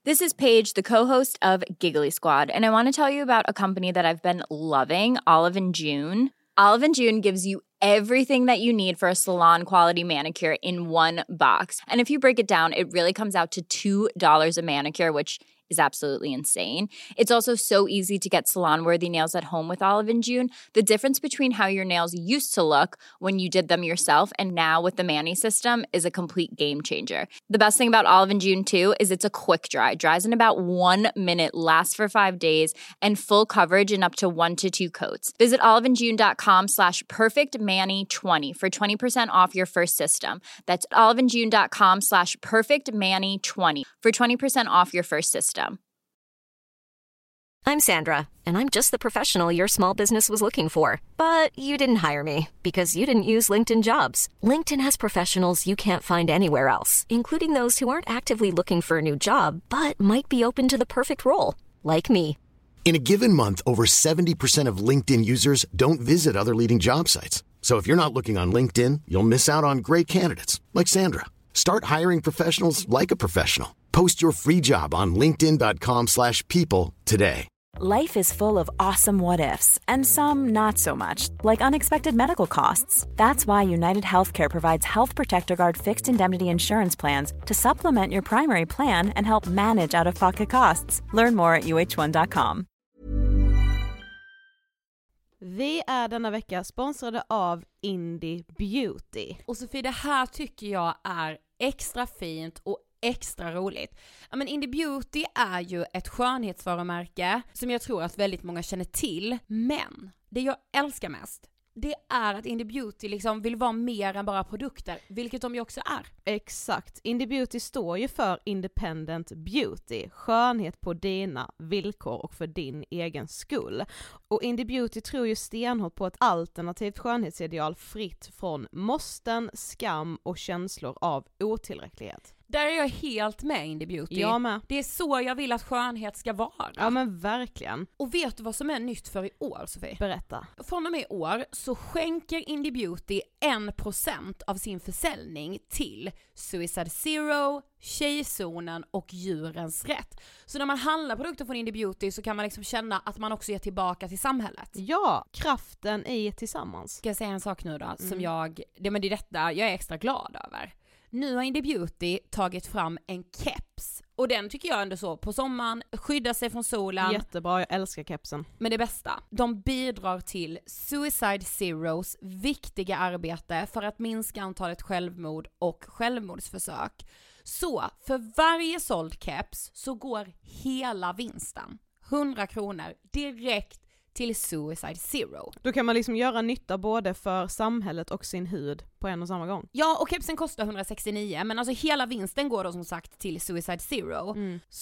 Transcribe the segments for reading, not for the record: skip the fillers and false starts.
This is Paige, the co-host of Giggly Squad, and I want to tell you about a company that I've been loving, Olive & June. Olive & June gives you everything that you need for a salon-quality manicure in one box. And if you break it down, it really comes out to $2 a manicure, which is absolutely insane. It's also so easy to get salon-worthy nails at home with Olive & June. The difference between how your nails used to look when you did them yourself and now with the Mani system is a complete game changer. The best thing about Olive & June, too, is it's a quick dry. Dries in about 1 minute, lasts for 5 days, and full coverage in up to 1 to 2 coats. Visit oliveandjune.com/perfectmani20 for 20% off your first system. That's oliveandjune.com/perfectmani20 for 20% off your first system. I'm Sandra, and I'm just the professional your small business was looking for. But you didn't hire me because you didn't use LinkedIn Jobs. LinkedIn has professionals you can't find anywhere else, including those who aren't actively looking for a new job, but might be open to the perfect role, like me. In a given month, over 70% of LinkedIn users don't visit other leading job sites. So if you're not looking on LinkedIn, you'll miss out on great candidates, like Sandra. Start hiring professionals like a professional. Post your free job on linkedin.com/people today. Life is full of awesome what-ifs, and some not so much, like unexpected medical costs. That's why United Healthcare provides Health Protector Guard fixed indemnity insurance plans to supplement your primary plan and help manage out-of-pocket costs. Learn more at uh1.com. Vi är denna vecka sponsrade av Indie Beauty. Och Sofie, det här tycker jag är extra fint och extra roligt. Ja, men Indie Beauty är ju ett skönhetsvarumärke som jag tror att väldigt många känner till. Men det jag älskar mest, det är att Indie Beauty liksom vill vara mer än bara produkter, vilket de ju också är. Exakt. Indie Beauty står ju för Independent Beauty. Skönhet på dina villkor och för din egen skull. Och Indie Beauty tror ju stenhårt på ett alternativt skönhetsideal fritt från måsten, skam och känslor av otillräcklighet. Där är jag helt med Indie Beauty. Jag med. Det är så jag vill att skönhet ska vara. Ja men verkligen. Och vet du vad som är nytt för i år, Sofie? Berätta. Från och med i år så skänker Indie Beauty 1% av sin försäljning till Suicide Zero, Tjejzonen och Djurens Rätt. Så när man handlar produkter från Indie Beauty så kan man liksom känna att man också ger tillbaka till samhället. Ja, kraften i tillsammans. Ska jag säga en sak nu då som det är detta jag är extra glad över. Nu har Indie Beauty tagit fram en keps. Och den tycker jag ändå så på sommaren, skyddar sig från solen. Jättebra, jag älskar kepsen. Men det bästa, de bidrar till Suicide Zeros viktiga arbete för att minska antalet självmord och självmordsförsök. Så för varje såld keps så går hela vinsten, 100 kronor, direkt till Suicide Zero. Då kan man liksom göra nytta både för samhället och sin hud på en och samma gång. Ja, och kepsen kostar 169, men alltså hela vinsten går då som sagt till Suicide Zero.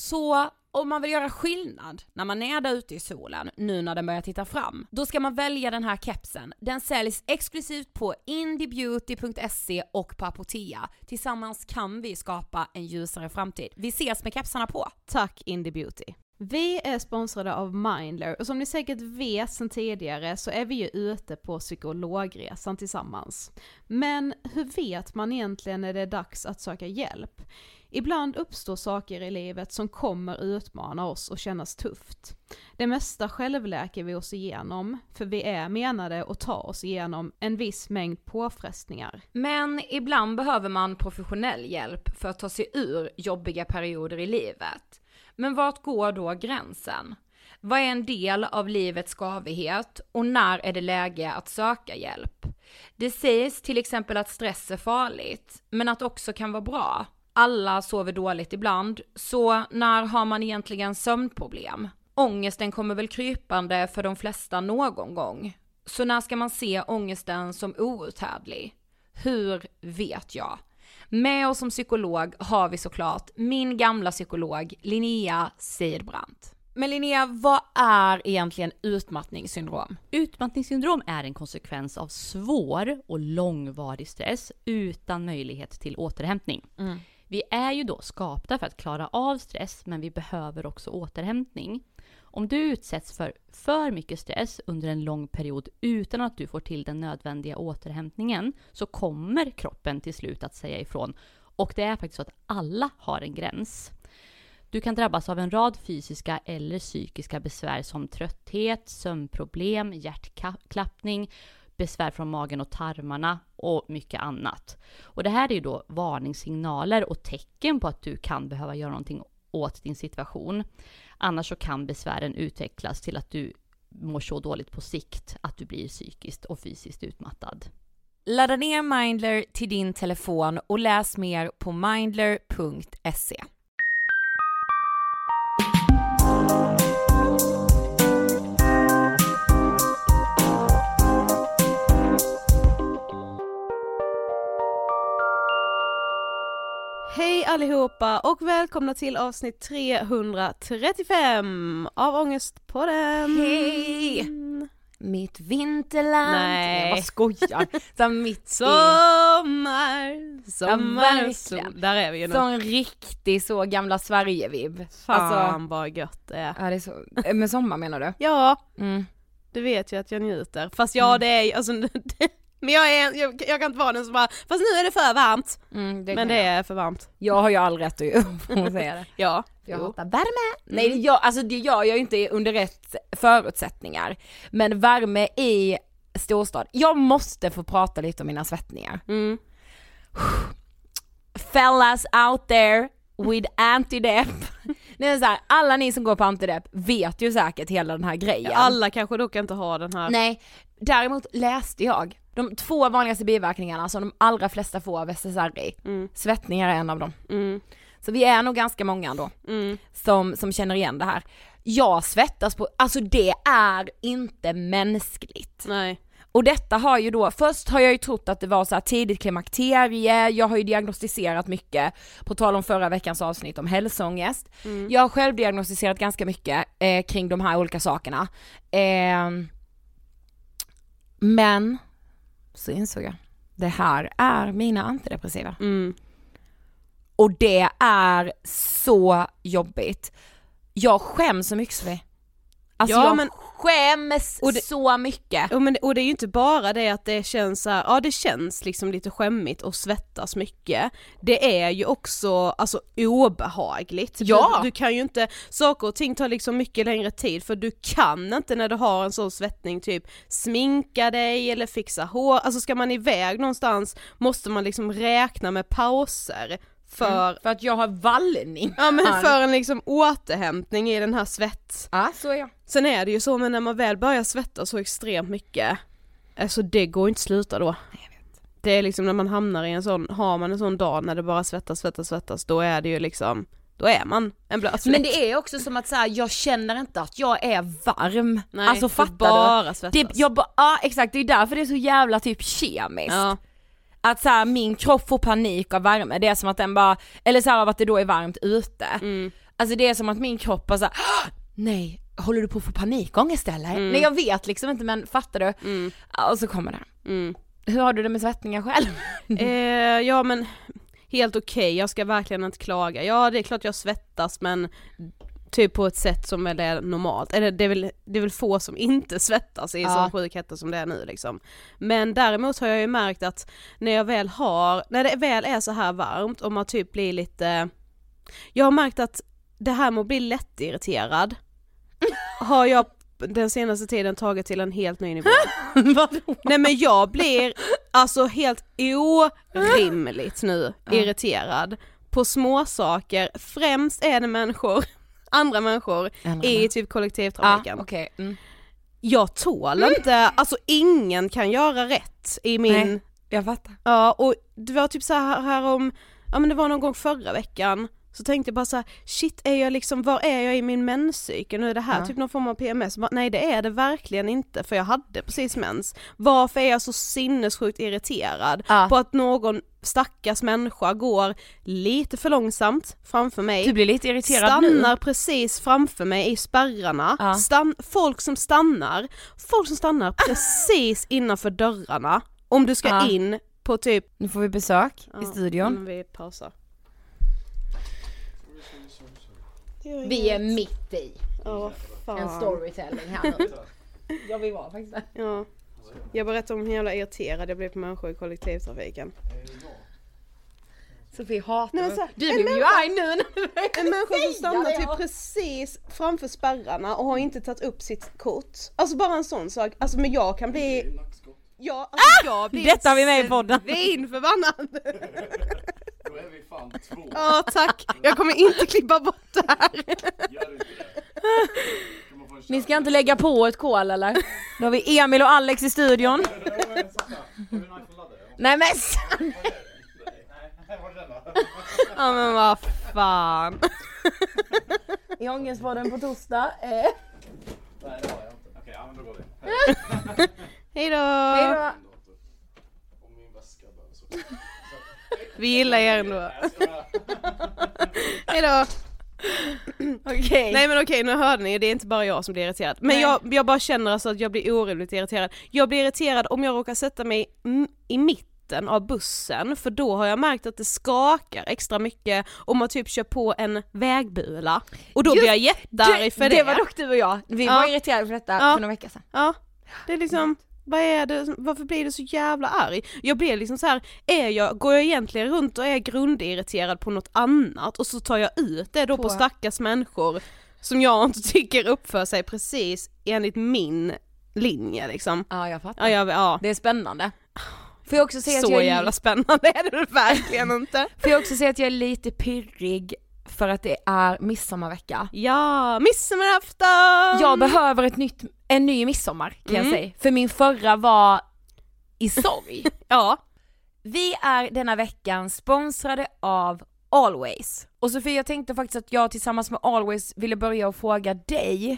Så om man vill göra skillnad när man är där ute i solen, nu när den börjar titta fram, då ska man välja den här kepsen. Den säljs exklusivt på indiebeauty.se och på Apotea. Tillsammans kan vi skapa en ljusare framtid. Vi ses med kepsarna på. Tack Indie Beauty. Vi är sponsrade av Mindler och som ni säkert vet sedan tidigare så är vi ju ute på psykologresan tillsammans. Men hur vet man egentligen när det är dags att söka hjälp? Ibland uppstår saker i livet som kommer utmana oss och kännas tufft. Det mesta självläker vi oss igenom, för vi är menade att ta oss igenom en viss mängd påfrestningar. Men ibland behöver man professionell hjälp för att ta sig ur jobbiga perioder i livet. Men vart går då gränsen? Vad är en del av livets skavighet och när är det läge att söka hjälp? Det sägs till exempel att stress är farligt, men att också kan vara bra. Alla sover dåligt ibland, så när har man egentligen sömnproblem? Ångesten kommer väl krypande för de flesta någon gång. Så när ska man se ångesten som outhärdlig? Hur vet jag? Med oss som psykolog har vi såklart min gamla psykolog Linnea Seidbrant. Men Linnea, vad är egentligen utmattningssyndrom? Utmattningssyndrom är en konsekvens av svår och långvarig stress utan möjlighet till återhämtning. Vi är ju då skapta för att klara av stress, men vi behöver också återhämtning. Om du utsätts för mycket stress under en lång period utan att du får till den nödvändiga återhämtningen, så kommer kroppen till slut att säga ifrån. Och det är faktiskt så att alla har en gräns. Du kan drabbas av en rad fysiska eller psykiska besvär som trötthet, sömnproblem, hjärtklappning, besvär från magen och tarmarna och mycket annat. Och det här är ju då varningssignaler och tecken på att du kan behöva göra någonting åt din situation. Annars så kan besvären utvecklas till att du mår så dåligt på sikt att du blir psykiskt och fysiskt utmattad. Ladda ner Mindler till din telefon och läs mer på mindler.se. Hej allihopa och välkomna till avsnitt 335 av Ångestpodden. Hej! Mitt vinterland. Nej. Jag bara skojar. Så mitt sommar, sol. Där är vi ju nu. Sån riktig så gamla Sverige-vibb. Fan vad gött det är. Ja, det är så. Med sommar menar du? Ja, du vet ju att jag njuter. Fast ja, det är alltså, men jag kan inte vara den som bara, fast nu är det för varmt. Men det är för varmt. Jag har ju all rätt att säga det. Ja. Jag hatar värme. Nej, det gör jag ju inte under rätt förutsättningar. Men värme i storstad. Jag måste få prata lite om mina svettningar. Fellas out there with antidepp. Det är så här, alla ni som går på antidepp vet ju säkert hela den här grejen. Alla kanske dock inte har den här. Nej, däremot läste jag de 2 vanligaste biverkningarna som de allra flesta får av SSRI. Svettningar är en av dem. Så vi är nog ganska många då som känner igen det här. Jag svettas på, alltså det är inte mänskligt. Nej. Och detta har ju då, först har jag ju trott att det var så här tidigt klimakterie, jag har ju diagnostiserat mycket, på tal om förra veckans avsnitt om hälsoångest. Jag har själv diagnostiserat ganska mycket kring de här olika sakerna. Men så insåg jag, det här är mina antidepressiva. Och det är så jobbigt. Jag skäms så mycket för det. Alltså jag skäms så mycket. Och det är ju inte bara det att det känns så här, ja det känns liksom lite skämmigt och svettas mycket. Det är ju också alltså obehagligt. Ja. Du kan ju inte, saker och ting tar liksom mycket längre tid för du kan inte när du har en sån svettning typ sminka dig eller fixa hår. Alltså ska man iväg någonstans måste man liksom räkna med pauser. För att jag har vallning. Ja, men för en liksom återhämtning i den här svett. Ja, så är jag. Sen är det ju så, men när man väl börjar svettas så extremt mycket, alltså det går inte att sluta då. Jag vet. Det är liksom när man hamnar i en sån, har man en sån dag när det bara svettas, då är det ju liksom, då är man en blöt svett. Men det är också som att så här, jag känner inte att jag är varm. Nej, alltså fattar bara du? svettas. Ja, exakt, det är därför det är så jävla typ kemiskt. Ja. Att så här, min kropp får panik av värme. Det är som att den bara, eller så här, av att det då är varmt ute. Alltså det är som att min kropp bara så här, nej, håller du på att få panikångest eller? Nej, jag vet liksom inte, men fattar du? Och så kommer det. Hur har du det med svettningar själv? Ja men helt okej. Jag ska verkligen inte klaga. Ja, det är klart jag svettas, men typ på ett sätt som väl är normalt. Eller det är väl få som inte svettas i sån sjuk hetta som det är nu liksom. Men däremot har jag ju märkt att när det väl är så här varmt och man typ blir lite, jag har märkt att det här med att bli lättirriterad har jag den senaste tiden tagit till en helt ny nivå. Nej men jag blir alltså helt orimligt nu irriterad på små saker. Främst är det andra människor i typ kollektivtrafiken. Okay. Jag tål inte, alltså ingen kan göra rätt i min... Nej, jag fattar. Ja, och det var typ så här om, ja men det var någon gång förra veckan, så tänkte jag bara så här, shit, var är jag i min menscykel? Nu är det här typ någon form av PMS. Nej, det är det verkligen inte, för jag hade precis mens. Varför är jag så sinnessjukt irriterad på att någon stackars människa går lite för långsamt framför mig? Du blir lite irriterad stannar nu. Precis framför mig i spärrarna. Folk som stannar precis innanför dörrarna. Om du ska in på typ... Nu får vi besök i studion. Vi pausar. Vi är mitt i fan. en storytelling här nu. Ja, vi var faktiskt där. Ja. Jag berättade om hur jävla irriterad jag blev på människor i kollektivtrafiken. Sofie hatar Nej, men så, du blir ju arg nu. En människa som stannar typ precis framför spärrarna och har inte tagit upp sitt kort. Alltså bara en sån sak. Alltså men jag kan bli... Ja, alltså jag blir... Detta har vi med i podden. Svinförbannad. Då är vi fan 2. Ja, tack. Jag kommer inte klippa bort det här. Gör inte det. Ni ska inte lägga på ett kol eller? Då har vi Emil och Alex i studion. Nej men... Ja men vad fan. I Ångestpodden på torsdag. Nej, det har jag inte. Okej, ja men då går vi. Hejdå. Hejdå. Och min väska bara så. Vi gillar er ändå. Hejdå. Okej. Nej men okej, nu hörde ni, det är inte bara jag som blir irriterad. Men jag bara känner alltså att jag blir orimligt irriterad. Jag blir irriterad om jag råkar sätta mig i mitten av bussen, för då har jag märkt att det skakar extra mycket om man typ kör på en vägbula. Och då blir jag jättearg för det. Det var dock du och jag. Vi var irriterade för detta för några veckor sedan. Ja, det är liksom... Vad är det? Varför blir du så jävla arg? Jag blir liksom så här, går jag egentligen runt och är grundirriterad på något annat och så tar jag ut det då på stackars människor som jag inte tycker uppför sig precis enligt min linje liksom. Ja, jag fattar. Ja. Det är spännande. Får jag också säga så att jag jävla spännande är det verkligen inte. Får jag också säga att jag är lite pirrig för att det är midsommarvecka. Ja, midsommarafton! Jag behöver en ny midsommar kan jag säga. För min förra var i sorg. Ja. Vi är denna veckan sponsrade av Always. Och Sofie, jag tänkte faktiskt att jag tillsammans med Always ville börja och fråga dig.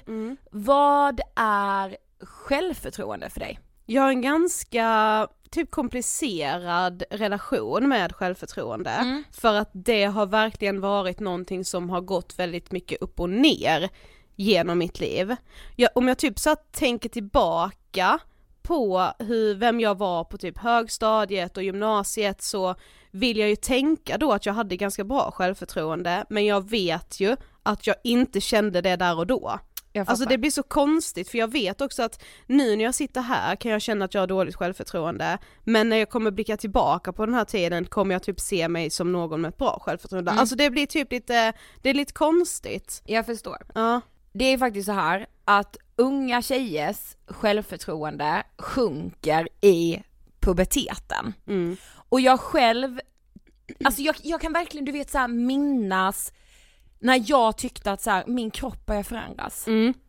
Vad är självförtroende för dig? Jag har en ganska typ komplicerad relation med självförtroende för att det har verkligen varit någonting som har gått väldigt mycket upp och ner genom mitt liv. Om jag typ så tänker tillbaka på vem jag var på typ högstadiet och gymnasiet, så vill jag ju tänka då att jag hade ganska bra självförtroende, men jag vet ju att jag inte kände det där och då. Alltså det blir så konstigt, för jag vet också att nu när jag sitter här kan jag känna att jag har dåligt självförtroende, men när jag kommer blicka tillbaka på den här tiden kommer jag typ se mig som någon med ett bra självförtroende. Alltså det blir typ lite konstigt. Jag förstår. Ja. Det är faktiskt så här att unga tjejers självförtroende sjunker i puberteten. Och jag själv, alltså jag kan verkligen, du vet, så här, minnas när jag tyckte att så här, min kropp börjar förändras.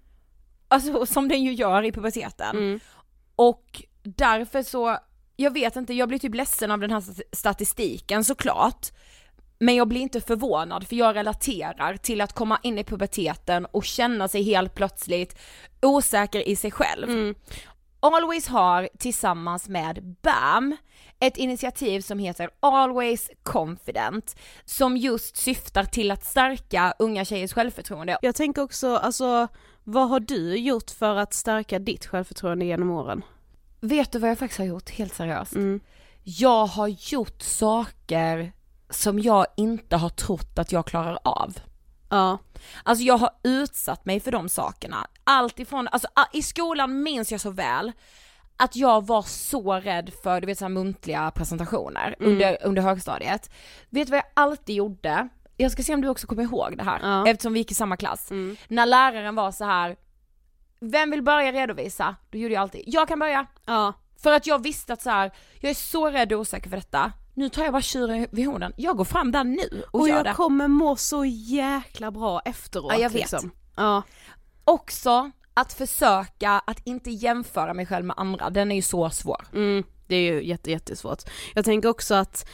Alltså som den ju gör i puberteten. Och därför så, jag vet inte, jag blir typ ledsen av den här statistiken såklart. Men jag blir inte förvånad, för jag relaterar till att komma in i puberteten och känna sig helt plötsligt osäker i sig själv. Always har tillsammans med BAM ett initiativ som heter Always Confident, som just syftar till att stärka unga tjejers självförtroende. Jag tänker också, alltså, vad har du gjort för att stärka ditt självförtroende genom åren? Vet du vad jag faktiskt har gjort, helt seriöst? Jag har gjort saker som jag inte har trott att jag klarar av. Ja. Alltså jag har utsatt mig för de sakerna. Allt ifrån, alltså i skolan minns jag så väl att jag var så rädd för, du vet, så här muntliga presentationer under högstadiet. Vet du vad jag alltid gjorde? Jag ska se om du också kommer ihåg det här, eftersom vi gick i samma klass. När läraren var så här: vem vill börja redovisa? Då gjorde jag alltid, jag kan börja. Ja. För att jag visste att så här, jag är så rädd och osäker för detta. Nu tar jag bara tjuren vid hornen. Jag går fram där nu och gör det. Och jag kommer må så jäkla bra efteråt. Ja, jag vet. Liksom. Ja. Också att försöka att inte jämföra mig själv med andra. Den är ju så svår. Det är ju jättesvårt. Jag tänker också att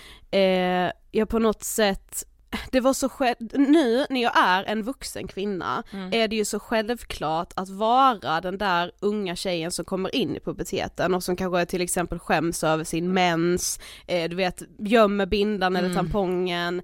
jag på något sätt, det var så nu när jag är en vuxen kvinna är det ju så självklart att vara den där unga tjejen som kommer in i puberteten och som kanske till exempel skäms över sin mens, du vet, gömmer bindan eller tampongen.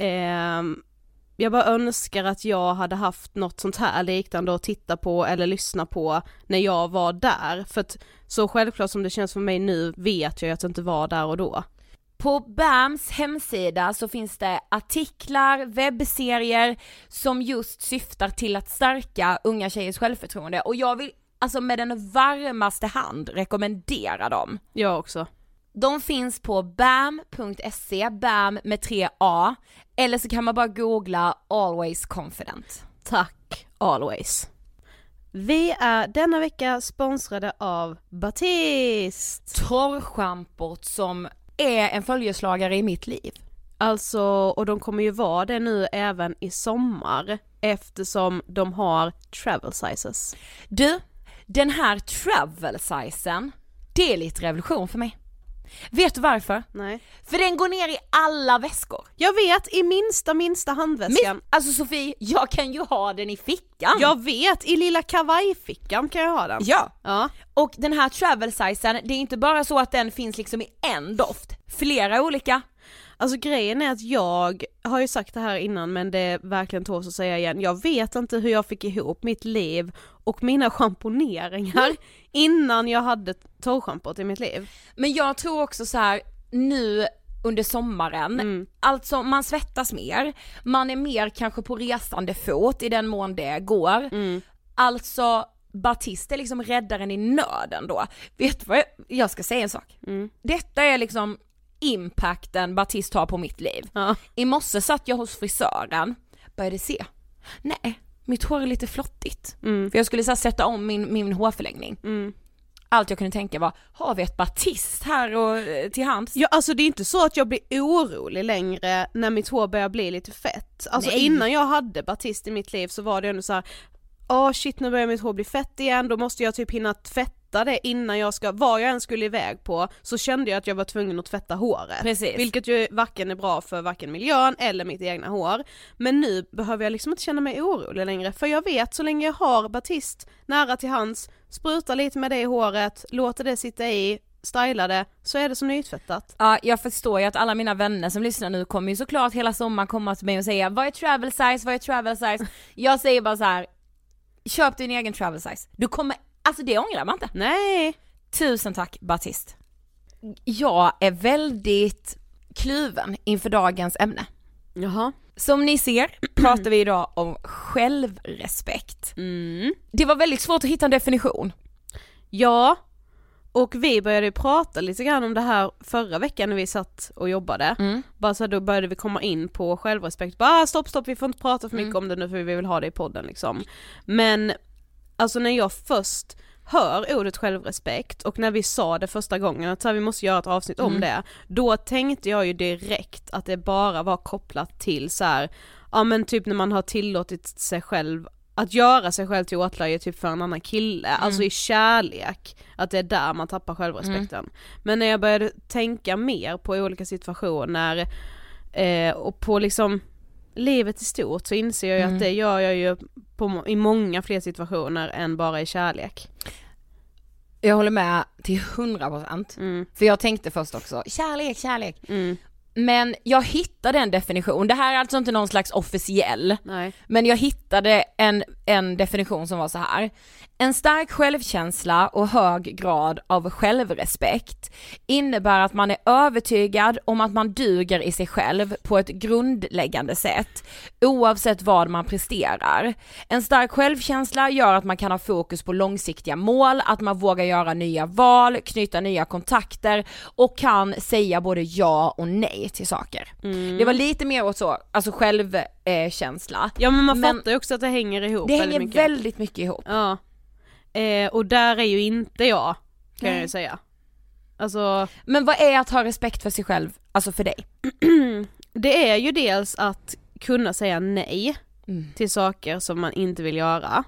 Jag bara önskar att jag hade haft något sånt här liknande att titta på eller lyssna på när jag var där, för att så självklart som det känns för mig nu vet jag att jag inte var där och då. På BAMs hemsida så finns det artiklar, webbserier som just syftar till att stärka unga tjejers självförtroende. Och jag vill alltså med den varmaste hand rekommendera dem. Jag också. De finns på bam.se, bam med 3A, eller så kan man bara googla Always Confident. Tack, Always. Vi är denna vecka sponsrade av Batiste. Torrschampot som är en följeslagare i mitt liv. Alltså, och de kommer ju vara det nu även i sommar eftersom de har travel sizes. Du, den här travel sizen, det är lite revolution för mig. Vet du varför? Nej. För den går ner i alla väskor. Jag vet, i minsta handväskan. Alltså Sofie, jag kan ju ha den i fickan. Jag vet, i lilla kavajfickan kan jag ha den. Ja. Och den här travel sizen, det är inte bara så att den finns liksom i en doft. Flera olika. Alltså grejen är att jag har ju sagt det här innan, men det är verkligen tås att säga igen. Jag vet inte hur jag fick ihop mitt liv och mina schamponeringar innan jag hade torrschampot i mitt liv. Men jag tror också så här, nu under sommaren, alltså man svettas mer, man är mer kanske på resande fot i den mån det går. Alltså Batiste är liksom räddaren i nöden då. Vet du vad jag ska säga en sak? Detta är liksom impacten Batiste har på mitt liv. Ja. I morse satt jag hos frisören, började se. Nej, mitt hår är lite flottigt. För jag skulle så här, sätta om min hårförlängning. Allt jag kunde tänka var, har vi ett Batiste här och till hands? Ja, alltså det är inte så att jag blir orolig längre när mitt hår börjar bli lite fett. Alltså innan jag hade Batiste i mitt liv så var det ändå så här, shit, nu börjar mitt hår bli fett igen, då måste jag typ hinna tvätta det innan jag ska, var jag än skulle iväg på, så kände jag att jag var tvungen att tvätta håret. Precis. Vilket ju varken är bra för varken miljön eller mitt egna hår. Men nu behöver jag liksom inte känna mig orolig längre, för jag vet så länge jag har Batiste nära till hands, sprutar lite med det i håret, låter det sitta i, stylar det, så är det som nytvättat. Ja, jag förstår ju att alla mina vänner som lyssnar nu kommer ju såklart hela sommaren komma till mig och säga, vad är travel size, vad är travel size? Jag säger bara så här, köp din egen travel size. Du kommer, alltså det ångrar man inte. Nej. Tusen tack Batiste. Jag är väldigt kluven inför dagens ämne. Jaha. Som ni ser pratar vi idag om självrespekt. Det var väldigt svårt att hitta en definition. Ja, och vi började prata lite grann om det här förra veckan när vi satt och jobbade. Bara så då började vi komma in på självrespekt. Bara stopp, vi får inte prata för mycket om det nu för vi vill ha det i podden liksom. Men alltså när jag först hör ordet självrespekt och när vi sa det första gången att vi måste göra ett avsnitt om det, då tänkte jag ju direkt att det bara var kopplat till så här, ja men typ när man har tillåtit sig själv att göra sig själv till åtlöje typ för en annan kille, alltså i kärlek, att det är där man tappar självrespekten. Men när jag började tänka mer på olika situationer och på liksom livet i stort, så inser jag ju att det gör jag ju i många fler situationer än bara i kärlek. Jag håller med till 100%. För jag tänkte först också, kärlek. Men jag hittade en definition. Det här är alltså inte någon slags officiell. Nej. Men jag hittade en definition som var så här. En stark självkänsla och hög grad av självrespekt innebär att man är övertygad om att man duger i sig själv på ett grundläggande sätt, oavsett vad man presterar. En stark självkänsla gör att man kan ha fokus på långsiktiga mål, att man vågar göra nya val, knyta nya kontakter och kan säga både ja och nej till saker. Det var lite mer åt så, alltså självkänsla. Ja, men man fattar ju också att det hänger ihop. Det hänger väldigt mycket ihop. Ja. Och där är ju inte jag, kan jag ju säga. Alltså, men vad är att ha respekt för sig själv, alltså för dig? Det är ju dels att kunna säga nej till saker som man inte vill göra.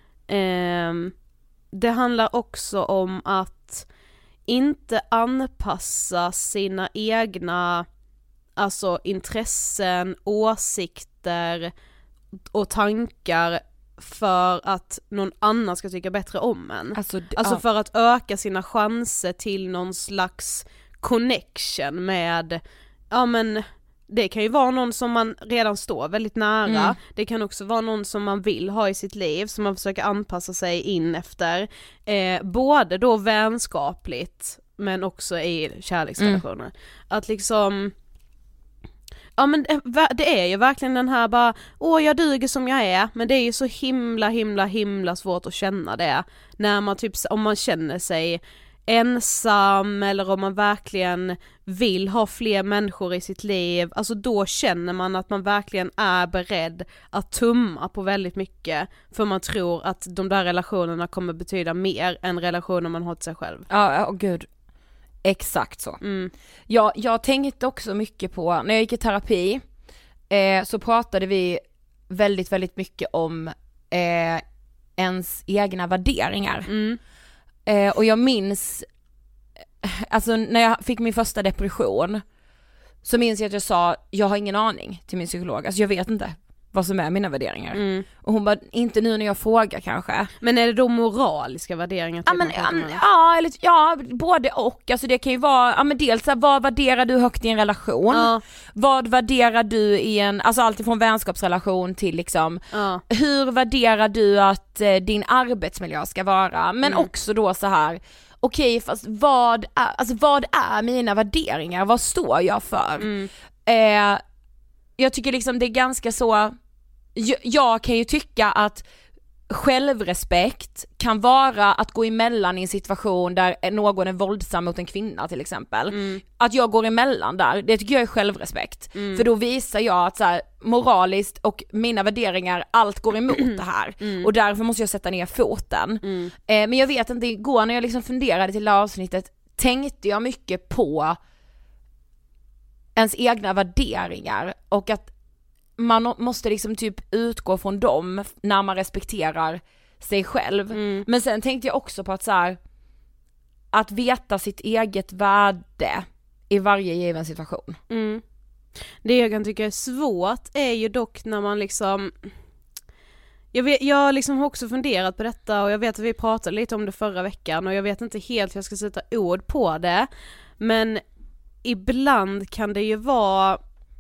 Det handlar också om att inte anpassa sina egna alltså intressen, åsikter och tankar för att någon annan ska tycka bättre om en. Alltså för att öka sina chanser till någon slags connection med, ja men det kan ju vara någon som man redan står väldigt nära. Det kan också vara någon som man vill ha i sitt liv, som man försöker anpassa sig in efter. Både då vänskapligt men också i kärleksrelationer. Att liksom, ja men det är ju verkligen den här bara, jag duger som jag är, men det är ju så himla svårt att känna det när man typ, om man känner sig ensam eller om man verkligen vill ha fler människor i sitt liv, alltså då känner man att man verkligen är beredd att tumma på väldigt mycket, för man tror att de där relationerna kommer betyda mer än relationer man har till sig själv. Ja, gud. Exakt så. Jag tänkte också mycket på, när jag gick i terapi så pratade vi väldigt, väldigt mycket om ens egna värderingar. Och jag minns, alltså när jag fick min första depression så minns jag att jag sa, jag har ingen aning till min psykolog, alltså jag vet inte vad som är mina värderingar. Och hon bara, inte nu när jag frågar kanske. Men är det då moraliska värderingar? Ja, både och. Alltså det kan ju vara, dels vad värderar du högt i en relation? Vad värderar du i en, alltså allt från vänskapsrelation till liksom, hur värderar du att din arbetsmiljö ska vara? Men också då så här, okej, fast vad är mina värderingar? Vad står jag för? Jag tycker liksom det är ganska så, jag kan ju tycka att självrespekt kan vara att gå emellan i en situation där någon är våldsam mot en kvinna till exempel. Att jag går emellan där, det tycker jag är självrespekt. För då visar jag att så här, moraliskt och mina värderingar, allt går emot det här. Och därför måste jag sätta ner foten. Men jag vet inte, igår när jag liksom funderade till det här avsnittet tänkte jag mycket på ens egna värderingar och att man måste liksom typ utgå från dem när man respekterar sig själv. Men sen tänkte jag också på att så här, att veta sitt eget värde i varje given situation. Det jag kan tycka är svårt är ju dock när man liksom, jag liksom har också funderat på detta och jag vet att vi pratade lite om det förra veckan och jag vet inte helt hur jag ska sätta ord på det, men ibland kan det ju vara,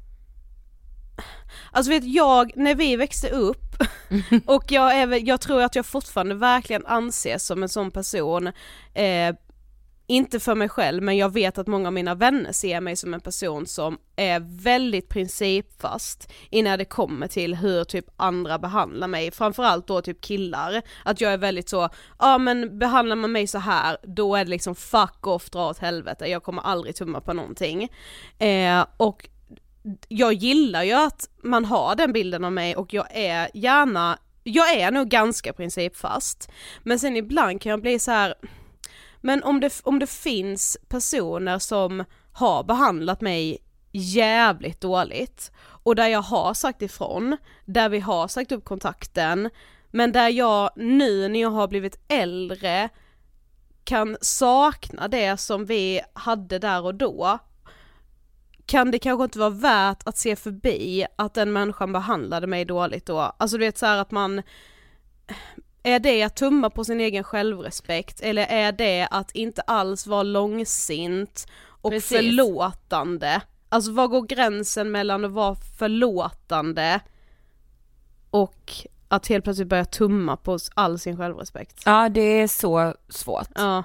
alltså vet jag, när vi växte upp och jag tror att jag fortfarande verkligen anses som en sån person, inte för mig själv, men jag vet att många av mina vänner ser mig som en person som är väldigt principfast innan det kommer till hur typ andra behandlar mig, framförallt då typ killar, att jag är väldigt så, men behandlar man mig så här, då är det liksom fuck off, dra åt helvete, jag kommer aldrig tumma på någonting. Och jag gillar ju att man har den bilden av mig och jag är nog ganska principfast, men sen ibland kan jag bli så här, men om det finns personer som har behandlat mig jävligt dåligt och där jag har sagt ifrån, där vi har sagt upp kontakten, men där jag nu när jag har blivit äldre kan sakna det som vi hade där och då, kan det kanske inte vara värt att se förbi att den människan behandlade mig dåligt då. Alltså du vet så här att man, är det att tumma på sin egen självrespekt eller är det att inte alls vara långsint och förlåtande? Alltså vad går gränsen mellan att vara förlåtande och att helt plötsligt börja tumma på all sin självrespekt? Ja, det är så svårt. Ja.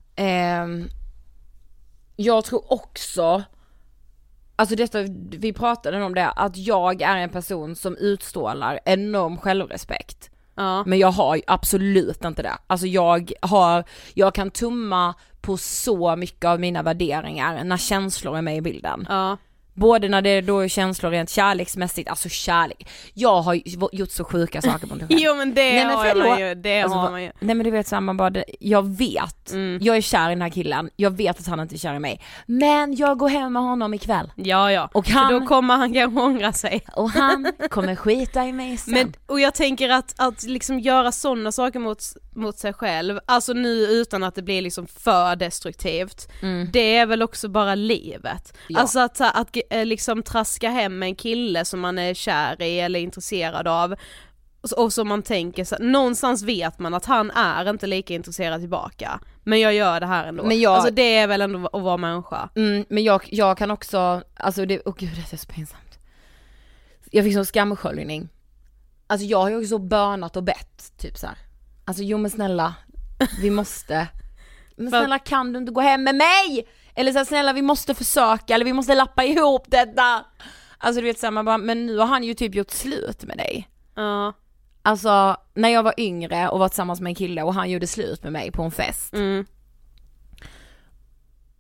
Jag tror också, alltså detta, vi pratade om det, att jag är en person som utstrålar enorm självrespekt. Ja. Men jag har absolut inte det. Alltså jag kan tumma på så mycket av mina värderingar när känslor är med i bilden. Ja. Både när det då är känslor rent kärleksmässigt, alltså kärlek. Jag har gjort så sjuka saker på mig själv. Jo men det har man ju, har man ju. Nej men du vet så här, man bara, jag vet, jag är kär i den här killen, jag vet att han inte är kär i mig, men jag går hem med honom ikväll. Ja. Och för då kommer han kanske ångra sig. Och han kommer skita i mig sen. Men, och jag tänker att liksom göra sådana saker mot sig själv, alltså nu utan att det blir liksom för destruktivt, det är väl också bara livet. Ja. Alltså att liksom traska hem en kille som man är kär i eller intresserad av och som man tänker så, någonstans vet man att han är inte lika intresserad tillbaka, men jag gör det här ändå. Men alltså det är väl ändå att vara människa. Men jag kan också, alltså det, gud det är så pinsamt. Jag fick sån skamsköljning. Alltså jag har ju också bönat och bett typ så här. Alltså jo men snälla, vi måste, men snälla kan du inte gå hem med mig? Eller så här, snälla vi måste försöka, eller vi måste lappa ihop detta. Alltså du vet så här, man bara, men nu har han ju typ gjort slut med dig. Ja. Alltså när jag var yngre och var tillsammans med en kille och han gjorde slut med mig på en fest.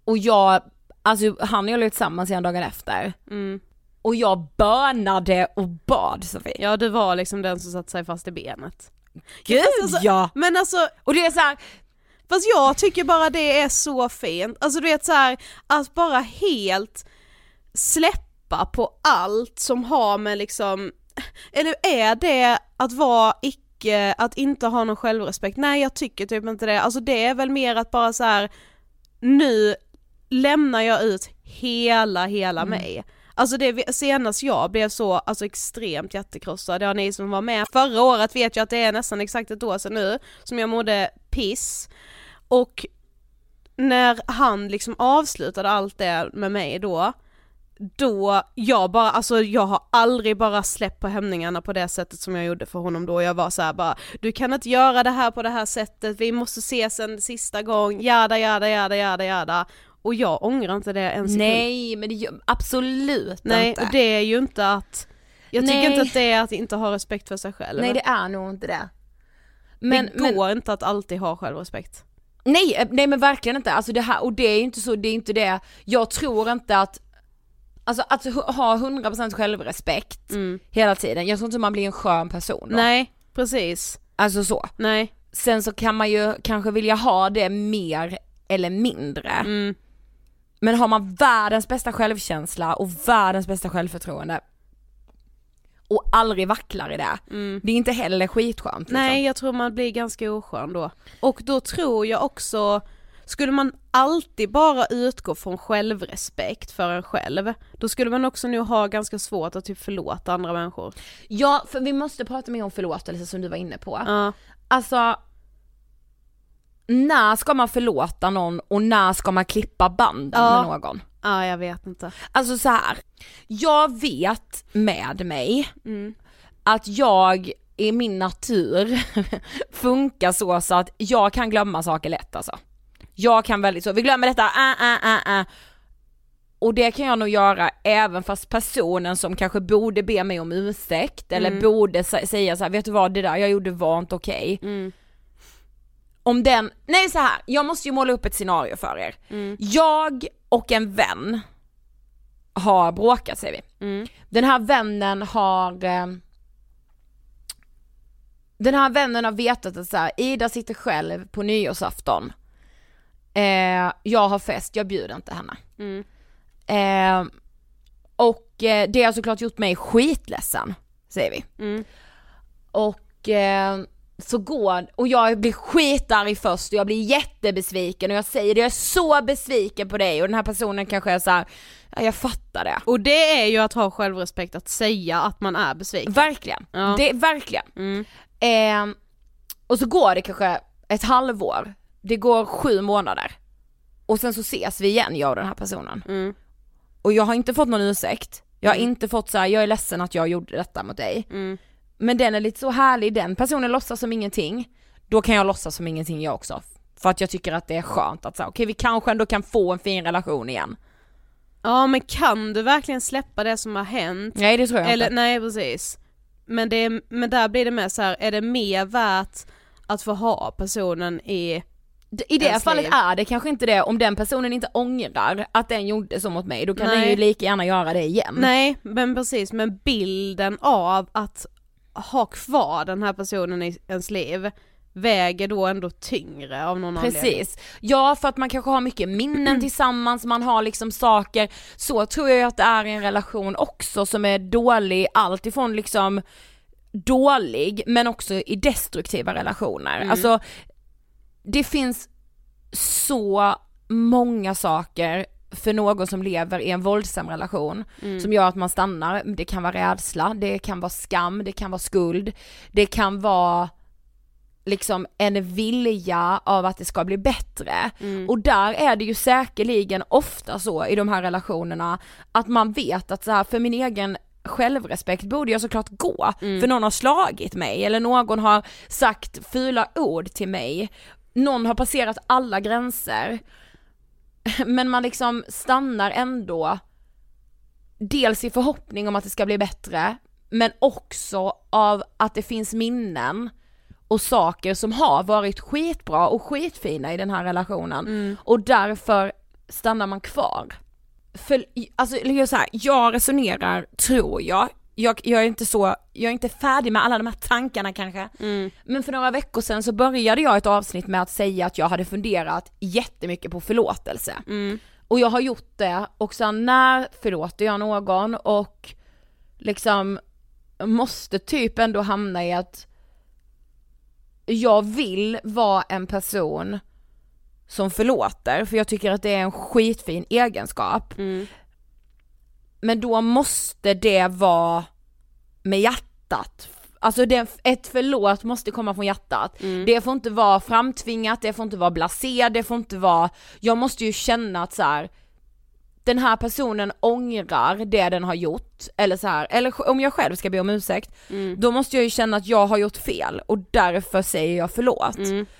Och han och jag låg tillsammans igen dagen efter. Och jag bönade och bad, Sofie. Ja, du var liksom den som satt sig fast i benet. Gud, ja. Men alltså, och det är så här, fast jag tycker bara det är så fint. Alltså du vet så här, att bara helt släppa på allt som har med liksom, eller är det att vara att inte ha någon självrespekt? Nej, jag tycker typ inte det. Alltså det är väl mer att bara så här, nu lämnar jag ut hela mig. Alltså det senast jag blev så extremt jättekrossad. Det har ni som var med förra året vet jag att det är nästan exakt ett år sedan nu som jag mådde piss. Och när han liksom avslutade allt det med mig då jag bara, jag har aldrig bara släppt på hämningarna på det sättet som jag gjorde för honom då. Jag var så här bara, du kan inte göra det här på det här sättet, vi måste ses en sista gång, jada. Och jag ångrar inte det en sekund. Nej, men det gör absolut nej, inte. Och det är ju inte att, jag tycker inte att det är att inte ha respekt för sig själv. Nej, det är nog inte det. Det går inte att alltid ha självrespekt. Nej men verkligen inte. Alltså det här, och det är ju inte så, det är inte det. Jag tror inte att att ha 100% självrespekt hela tiden. Jag tror inte man blir en skön person då. Nej, precis. Alltså så. Nej. Sen så kan man ju kanske vilja ha det mer eller mindre. Men har man världens bästa självkänsla och världens bästa självförtroende och aldrig vacklar i det. Det är inte heller skitskönt. Liksom. Nej, jag tror man blir ganska oskön då. Och då tror jag också, skulle man alltid bara utgå från självrespekt för en själv, då skulle man också nu ha ganska svårt att typ förlåta andra människor. Ja, för vi måste prata mer om förlåtelse som du var inne på. Ja. Alltså, när ska man förlåta någon och när ska man klippa banden med någon? Ja, jag vet inte. Alltså så här, jag vet med mig att jag i min natur funkar så att jag kan glömma saker lätt alltså. Jag kan väldigt så, vi glömmer detta, och det kan jag nog göra även fast personen som kanske borde be mig om ursäkt eller borde säga så här, vet du vad, det där jag gjorde var inte okej. Om den, nej så här, jag måste ju måla upp ett scenario för er. Jag och en vän har bråkat, säger vi. Den här vännen har vetat att så här, Ida sitter själv på nyårsafton. Jag har fest, jag bjuder inte henne. Och det har såklart gjort mig skitledsen, säger vi. Och och jag blir skitarg först och jag blir jättebesviken och jag säger det, jag är så besviken på dig, och den här personen kanske är så här, ja, jag fattar det. Och det är ju att ha självrespekt, att säga att man är besviken. Verkligen, det är verkligen. Och så går det kanske ett halvår, det går 7 månader och sen så ses vi igen, jag och den här personen. Och jag har inte fått någon ursäkt, jag har inte fått så här, jag är ledsen att jag gjorde detta mot dig. Men den är lite så härlig, den personen låtsas som ingenting. Då kan jag låtsas som ingenting jag också. För att jag tycker att det är skönt att säga, okej, vi kanske ändå kan få en fin relation igen. Ja, men kan du verkligen släppa det som har hänt? Nej, det tror jag inte. Nej, precis. Men där blir det mer så här, är det mer värt att få ha personen i det fallet är det kanske inte det. Om den personen inte ångrar att den gjorde så mot mig, då kan den ju lika gärna göra det igen. Nej, men precis. Men bilden av att ha kvar den här personen i ens liv väger då ändå tyngre av någon anledning. Precis. Ja, för att man kanske har mycket minnen tillsammans, man har liksom saker. Så tror jag att det är i en relation också som är dålig, allt ifrån liksom dålig men också i destruktiva relationer. Alltså det finns så många saker för någon som lever i en våldsam relation som gör att man stannar. Det kan vara rädsla, det kan vara skam, det kan vara skuld, det kan vara liksom en vilja av att det ska bli bättre. Och där är det ju säkerligen ofta så i de här relationerna att man vet att så här, för min egen självrespekt borde jag såklart gå, för någon har slagit mig eller någon har sagt fula ord till mig, någon har passerat alla gränser, men man liksom stannar ändå, dels i förhoppning om att det ska bli bättre, men också av att det finns minnen och saker som har varit skitbra och skitfina i den här relationen, och därför stannar man kvar? För alltså, så här, jag resonerar, tror jag är inte färdig med alla de här tankarna kanske. Men för några veckor sedan så började jag ett avsnitt med att säga att jag hade funderat jättemycket på förlåtelse. Och jag har gjort det, och sen när förlåter jag någon och liksom måste typ ändå hamna i att jag vill vara en person som förlåter, för jag tycker att det är en skitfin egenskap. Men då måste det vara med hjärtat. Alltså ett förlåt måste komma från hjärtat. Det får inte vara framtvingat, det får inte vara blasé, det får inte vara... Jag måste ju känna att så här, den här personen ångrar det den har gjort, eller så här, eller om jag själv ska be om ursäkt, då måste jag ju känna att jag har gjort fel och därför säger jag förlåt.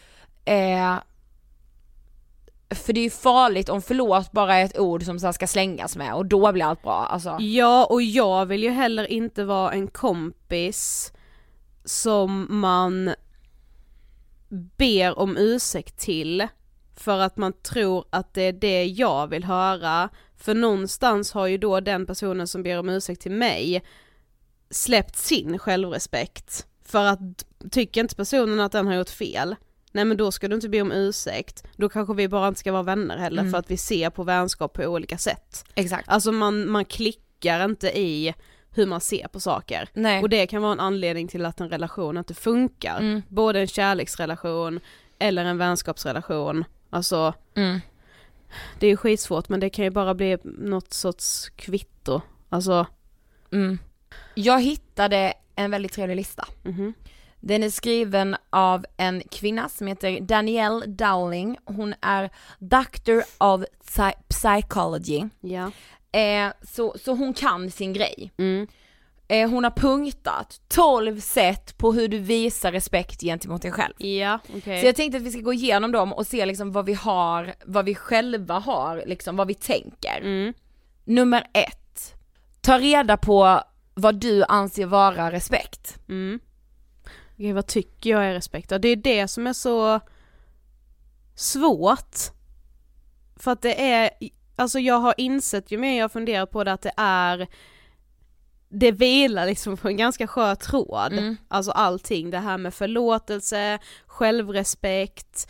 För det är ju farligt om förlåt bara är ett ord som så ska slängas med, och då blir allt bra. Alltså. Ja, och jag vill ju heller inte vara en kompis som man ber om ursäkt till för att man tror att det är det jag vill höra. För någonstans har ju då den personen som ber om ursäkt till mig släppt sin självrespekt. För att tycker inte personen att den har gjort fel, nej men då ska du inte be om ursäkt. Då kanske vi bara inte ska vara vänner heller, för att vi ser på vänskap på olika sätt. Exakt. Alltså man klickar inte i hur man ser på saker. Nej. Och det kan vara en anledning till att en relation inte funkar. Både en kärleksrelation eller en vänskapsrelation. Alltså det är ju skitsvårt, men det kan ju bara bli något sorts kvitto. Alltså Jag hittade en väldigt trevlig lista. Den är skriven av en kvinna som heter Danielle Dowling. Hon är Doctor of Psychology. Ja. Så hon kan sin grej. Hon har punktat 12 sätt på hur du visar respekt gentemot dig själv. Ja, okay. Så jag tänkte att vi ska gå igenom dem och se liksom vad vi har, vad vi själva har, liksom vad vi tänker. Nummer 1. Ta reda på vad du anser vara respekt. Okej, vad tycker jag är respekt? Det är det som är så svårt. För att det är, alltså jag har insett ju mer jag funderar på det, att det vilar liksom på en ganska skör tråd. Alltså allting, det här med förlåtelse, självrespekt,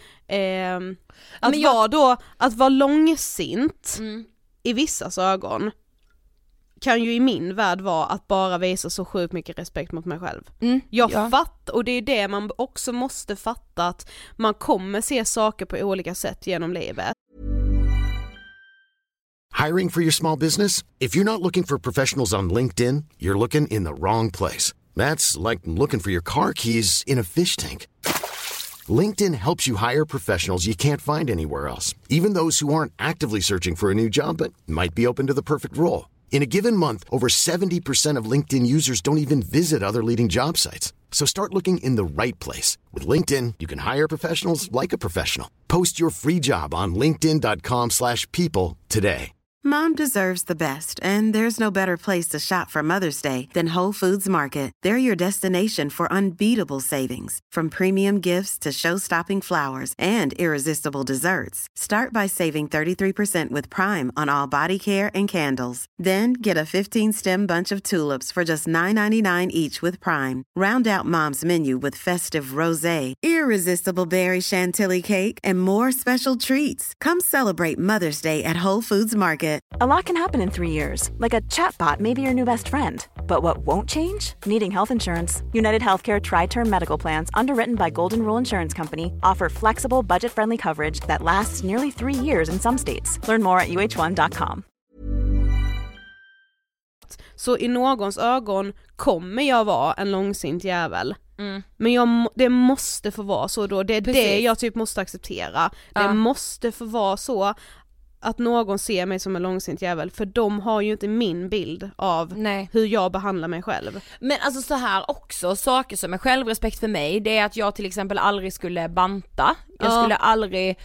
att vara långsint i vissas ögon kan ju i min värld vara att bara visa så sjukt mycket respekt mot mig själv. Jag fattar, och det är det man också måste fatta, att man kommer se saker på olika sätt genom livet. Hiring for your small business? If you're not looking for professionals on LinkedIn, you're looking in the wrong place. That's like looking for your car keys in a fish tank. LinkedIn helps you hire professionals you can't find anywhere else, even those who aren't actively searching for a new job but might be open to the perfect role. In a given month, over 70% of LinkedIn users don't even visit other leading job sites. So start looking in the right place. With LinkedIn, you can hire professionals like a professional. Post your free job on linkedin.com/people today. Mom deserves the best, and there's no better place to shop for Mother's Day than Whole Foods Market. They're your destination for unbeatable savings, from premium gifts to show-stopping flowers and irresistible desserts. Start by saving 33% with Prime on all body care and candles. Then get a 15-stem bunch of tulips for just $9.99 each with Prime. Round out Mom's menu with festive rosé, irresistible berry chantilly cake, and more special treats. Come celebrate Mother's Day at Whole Foods Market. A lot can happen in 3 years, like a chatbot may be your new best friend. But what won't change? Needing health insurance. United Healthcare Tri-Term Medical Plans, underwritten by Golden Rule Insurance Company, offer flexible, budget-friendly coverage that lasts nearly 3 years in some states. Learn more at uh1.com. Så i någons ögon kommer jag vara en långsint jävel. Men det måste få vara så då. Det är det jag typ måste acceptera. Det måste få vara så att någon ser mig som en långsint jävel, för de har ju inte min bild av hur jag behandlar mig själv. Men alltså så här också, saker som är självrespekt för mig, det är att jag till exempel aldrig skulle banta. Jag skulle aldrig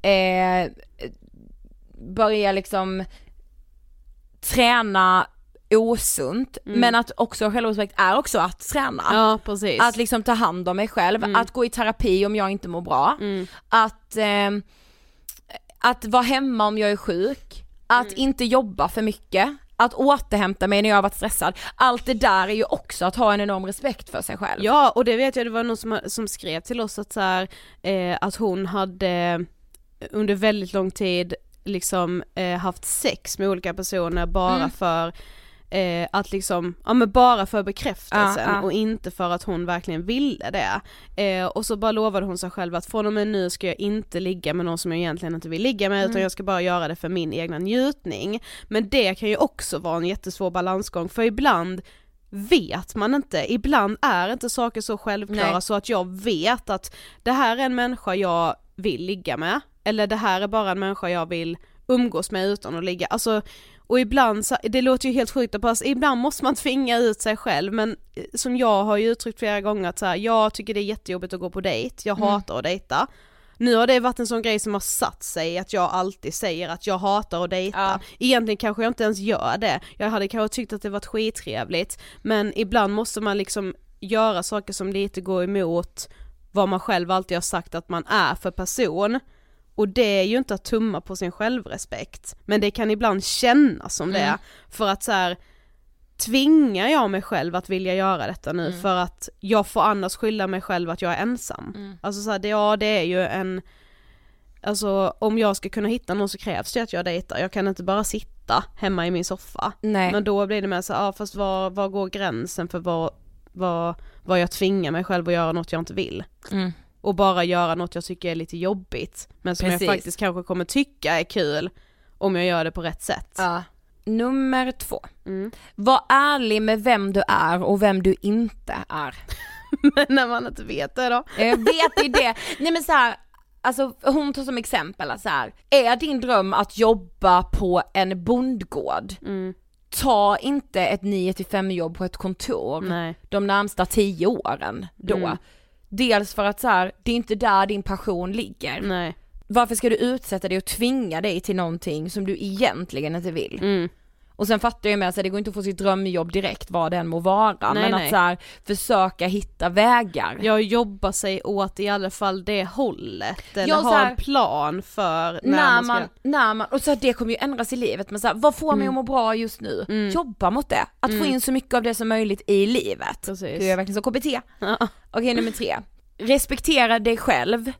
börja liksom träna osunt, men att också självrespekt är också att träna. Ja, precis. Att liksom ta hand om mig själv, att gå i terapi om jag inte mår bra, att vara hemma om jag är sjuk, att inte jobba för mycket, att återhämta mig när jag har varit stressad. Allt det där är ju också att ha en enorm respekt för sig själv. Ja, och det vet jag, det var någon som skrev till oss att, så här, att hon hade under väldigt lång tid liksom haft sex med olika personer bara för att liksom, ja men bara för bekräftelsen och inte för att hon verkligen ville det. Och så bara lovade hon sig själv att från och med nu ska jag inte ligga med någon som jag egentligen inte vill ligga med, utan jag ska bara göra det för min egna njutning. Men det kan ju också vara en jättesvår balansgång, för ibland vet man inte, ibland är inte saker så självklara så att jag vet att det här är en människa jag vill ligga med, eller det här är bara en människa jag vill umgås med utan att ligga. Alltså, och ibland, det låter ju helt sjukt att pass, ibland måste man tvinga ut sig själv, men som jag har ju uttryckt flera gånger att så här, jag tycker det är jättejobbigt att gå på dejt, jag hatar att dejta. Nu har det varit en sån grej som har satt sig, att jag alltid säger att jag hatar att dejta. Egentligen kanske jag inte ens gör det, jag hade kanske tyckt att det varit skittrevligt, men ibland måste man liksom göra saker som lite går emot vad man själv alltid har sagt att man är för person. Och det är ju inte att tumma på sin självrespekt, men det kan ibland kännas som det, för att så här, tvingar jag mig själv att vilja göra detta nu för att jag får annars skylla mig själv att jag är ensam. Alltså så här, det är ju en, alltså om jag ska kunna hitta någon så krävs det att jag dejtar. Jag kan inte bara sitta hemma i min soffa. Nej. Men då blir det mer så här, fast var går gränsen för vad jag tvingar mig själv att göra något jag inte vill. Och bara göra något jag tycker är lite jobbigt, men som jag faktiskt kanske kommer tycka är kul om jag gör det på rätt sätt. Nummer 2. Var ärlig med vem du är och vem du inte är. Men när man inte vet det då? Jag vet det. Nej men så här, alltså hon tar som exempel att så här, är din dröm att jobba på en bondgård? Ta inte ett 9-5 jobb på ett kontor de närmsta 10 åren då. Dels för att så här, det är inte där din passion ligger. Nej. Varför ska du utsätta dig och tvinga dig till någonting som du egentligen inte vill? Och sen fattar jag med att det går inte att få sitt drömjobb direkt, vad den må vara. Men att så här, försöka hitta vägar. Jag jobbar sig åt i alla fall det hållet. Eller ha en plan för när man och så här, det kommer ju ändras i livet. Men så här, vad får mig att må bra just nu? Jobba mot det. Att få in så mycket av det som möjligt i livet. Precis. Du är verkligen så KBT. Okej, nummer 3. Respektera dig själv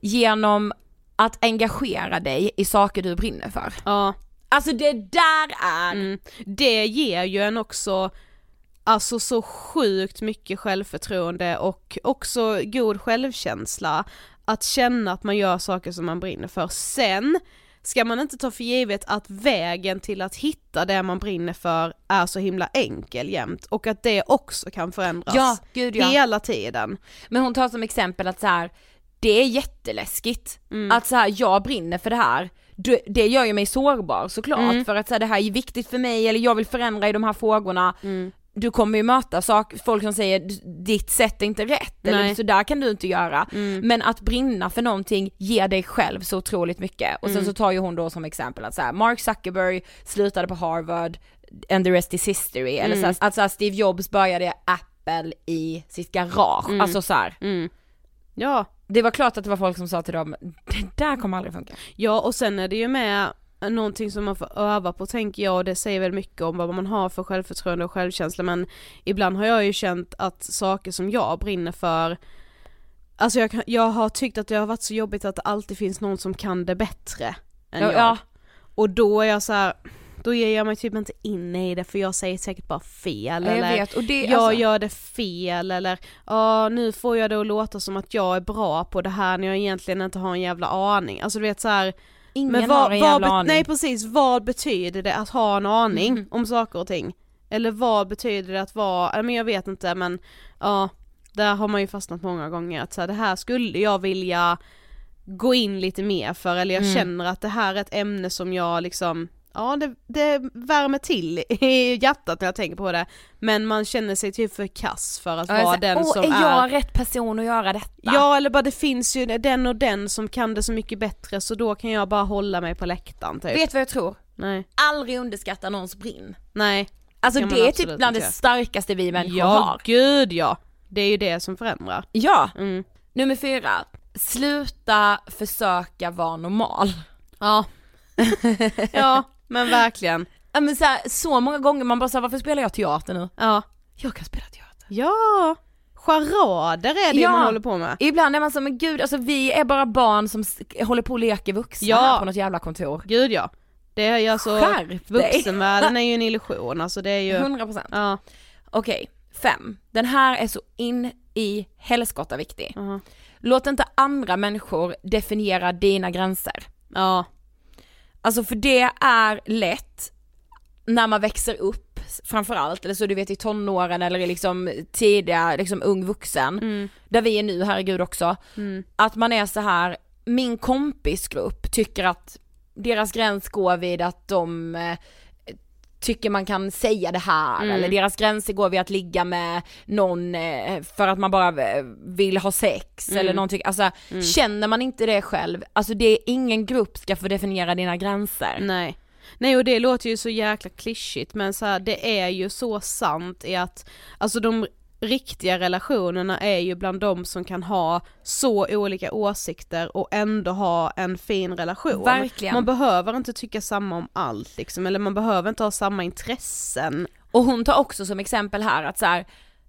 genom att engagera dig i saker du brinner för. Alltså det där är... Det ger ju en också alltså så sjukt mycket självförtroende och också god självkänsla att känna att man gör saker som man brinner för. Sen ska man inte ta för givet att vägen till att hitta det man brinner för är så himla enkel jämt, och att det också kan förändras hela tiden. Men hon tar som exempel att så här, det är jätteläskigt att så här, jag brinner för det här. Det gör ju mig sårbar såklart, för att så här, det här är viktigt för mig, eller jag vill förändra i de här frågorna. Du kommer ju möta folk som säger ditt sätt är inte rätt, eller så där kan du inte göra. Men att brinna för någonting ger dig själv så otroligt mycket. Och sen så tar ju hon då som exempel att så här, Mark Zuckerberg slutade på Harvard and the rest is history, eller så här, att så här, Steve Jobs började Apple i sitt garage. Alltså så här. Ja, det var klart att det var folk som sa till dem, det där kommer aldrig funka. Ja, och sen är det ju med någonting som man får öva på, tänker jag, och det säger väl mycket om vad man har för självförtroende och självkänsla, men ibland har jag ju känt att saker som jag brinner för, alltså jag har tyckt att det har varit så jobbigt att det alltid finns någon som kan det bättre än jag. Ja. Och då är jag så här, då ger jag mig typ inte in i det, för jag säger säkert bara fel, eller jag gör det fel, eller nu får jag det att låta som att jag är bra på det här när jag egentligen inte har en jävla aning. Alltså du vet så här, ingen har en jävla aning. Nej precis, vad betyder det att ha en aning om saker och ting? Eller vad betyder det att vara, men jag vet inte, men där har man ju fastnat många gånger att så här, det här skulle jag vilja gå in lite mer för, eller jag känner att det här är ett ämne som jag liksom, det värmer till i hjärtat när jag tänker på det, men man känner sig typ för kass för att vara den som är jag rätt person att göra detta? Ja, eller bara det finns ju den och den som kan det så mycket bättre, så då kan jag bara hålla mig på läktaren typ. Vet vad jag tror? Nej. Aldrig underskatta någons brinn. Nej. Alltså det är typ bland det starkaste vi människor har. Ja, gud ja. Det är ju det som förändrar. Ja. Nummer 4. Sluta försöka vara normal. Ja. Ja, men verkligen. Ja, men så många gånger man bara säger, varför spelar jag teater nu? Ja. Jag kan spela teater. Ja. Charader är det man håller på med. Ibland är man så, men gud, alltså vi är bara barn som håller på att leka vuxna här på något jävla kontor. Gud ja. Det är ju alltså, vuxenvärlden är ju en illusion, alltså det är ju 100%. Ja. Okej, 5. Den här är så in i helskotta viktig. Låt inte andra människor definiera dina gränser. Ja. Alltså för det är lätt när man växer upp framförallt, eller så du vet i tonåren eller i liksom tidiga liksom ung vuxen, där vi är nu, herregud också, att man är så här, min kompisgrupp tycker att deras gräns går vid att de tycker man kan säga det här, eller deras gränser går vid att ligga med någon för att man bara vill ha sex eller någonting, alltså känner man inte det själv, alltså det är ingen grupp ska få definiera dina gränser. Nej, och det låter ju så jäkla klyschigt, men så här, det är ju så sant i att alltså de riktiga relationerna är ju bland de som kan ha så olika åsikter och ändå ha en fin relation. Verkligen. Man behöver inte tycka samma om allt liksom, eller man behöver inte ha samma intressen. Och hon tar också som exempel här att så här,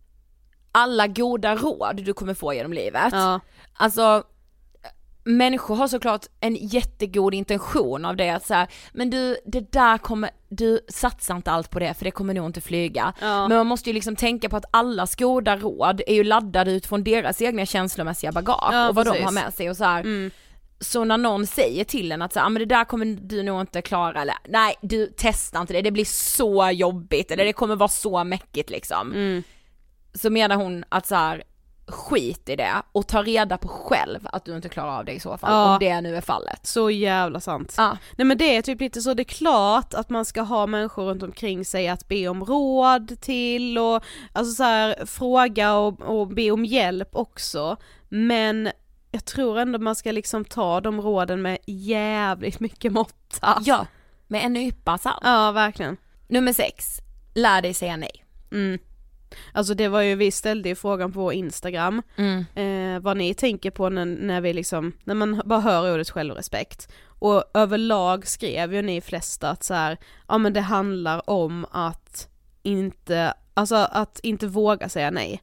alla goda råd du kommer få genom livet. Ja. Alltså människor har såklart en jättegod intention av det, att så här, men det där kommer, du satsar inte allt på det för det kommer nog inte flyga. Men man måste ju liksom tänka på att allas goda råd är ju laddade utifrån deras egna känslomässiga bagage och vad de har med sig och så här. Så när någon säger till en att så här, men det där kommer du nog inte klara, eller nej, du testar inte det blir så jobbigt, eller det kommer vara så mäckigt liksom. Så menar hon att så här, skit i det och ta reda på själv att du inte klarar av det i så fall, om det nu är fallet. Så jävla sant. Nej, men det är typ lite så, det är klart att man ska ha människor runt omkring sig att be om råd till och alltså så här, fråga och be om hjälp också, men jag tror ändå man ska liksom ta de råden med jävligt mycket måtta. Ja, med en nypa salt. Ja, verkligen. Nummer 6, lär dig säga nej. Alltså det var ju, vi ställde ju frågan på Instagram vad ni tänker på när vi liksom, när man bara hör ordet självrespekt, och överlag skrev ju ni flesta att så här, ja men det handlar om att inte våga säga nej.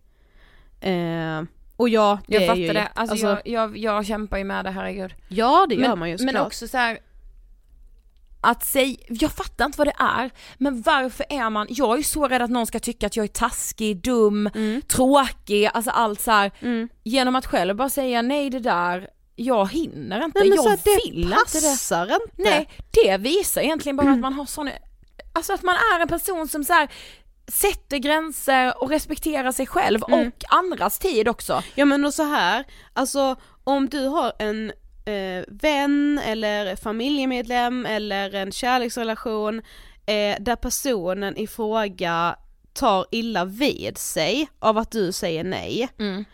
Och ja, det jag fattar ju, det, alltså jag kämpar ju med det, herregud. Ja, det gör man ju såklart. Men också så här, att säga, jag fattar inte vad det är, men varför är man, jag är så rädd att någon ska tycka att jag är taskig, dum, tråkig, alltså allt så här, genom att själv bara säga nej, det där, jag hinner inte, nej, jag vill inte det. Passar inte. Nej, det visar egentligen bara att man har sån, alltså att man är en person som så här, sätter gränser och respekterar sig själv och andras tid också. Ja, men och så här, alltså om du har en vän eller familjemedlem eller en kärleksrelation där personen i fråga tar illa vid sig av att du säger nej,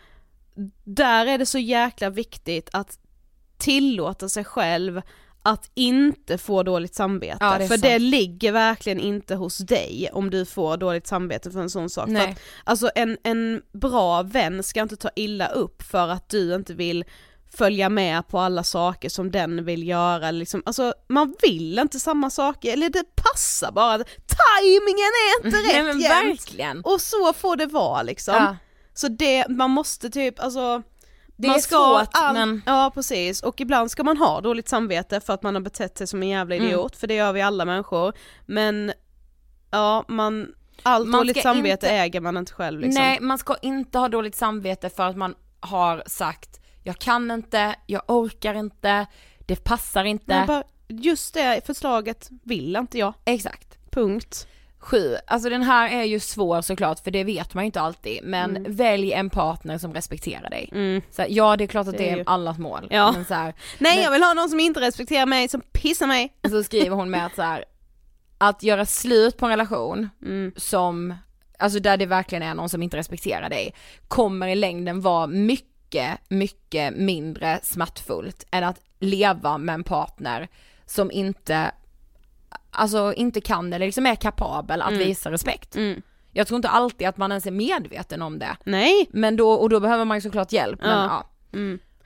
där är det så jäkla viktigt att tillåta sig själv att inte få dåligt samvete, för sant. Det ligger verkligen inte hos dig om du får dåligt samvete för en sån sak. För att, alltså en bra vän ska inte ta illa upp för att du inte vill följa med på alla saker som den vill göra liksom. Alltså man vill inte samma saker, eller det passar bara, timingen är inte rätt men jämt. Verkligen. Och så får det vara liksom. Så det, man måste typ, alltså det är svårt, men ja, precis, och ibland ska man ha dåligt samvete för att man har betett sig som en jävla idiot, för det gör vi alla människor, men ja, allt dåligt samvete äger man inte själv liksom. Nej, man ska inte ha dåligt samvete för att man har sagt jag kan inte, jag orkar inte, det passar inte. Nej, bara, just det förslaget vill inte jag. Exakt. Punkt. 7. Alltså den här är ju svår såklart, för det vet man ju inte alltid, men välj en partner som respekterar dig. Så ja, det är klart att det är allas mål. Ja. Men så här, nej, jag vill ha någon som inte respekterar mig, som pissar mig. Så skriver hon med att så här, att göra slut på en relation som, alltså där det verkligen är någon som inte respekterar dig, kommer i längden vara mycket mindre smärtfullt än att leva med en partner som inte kan eller liksom är kapabel att visa respekt. Jag tror inte alltid att man ens är medveten om det. Nej. Men då behöver man ju såklart hjälp. Men,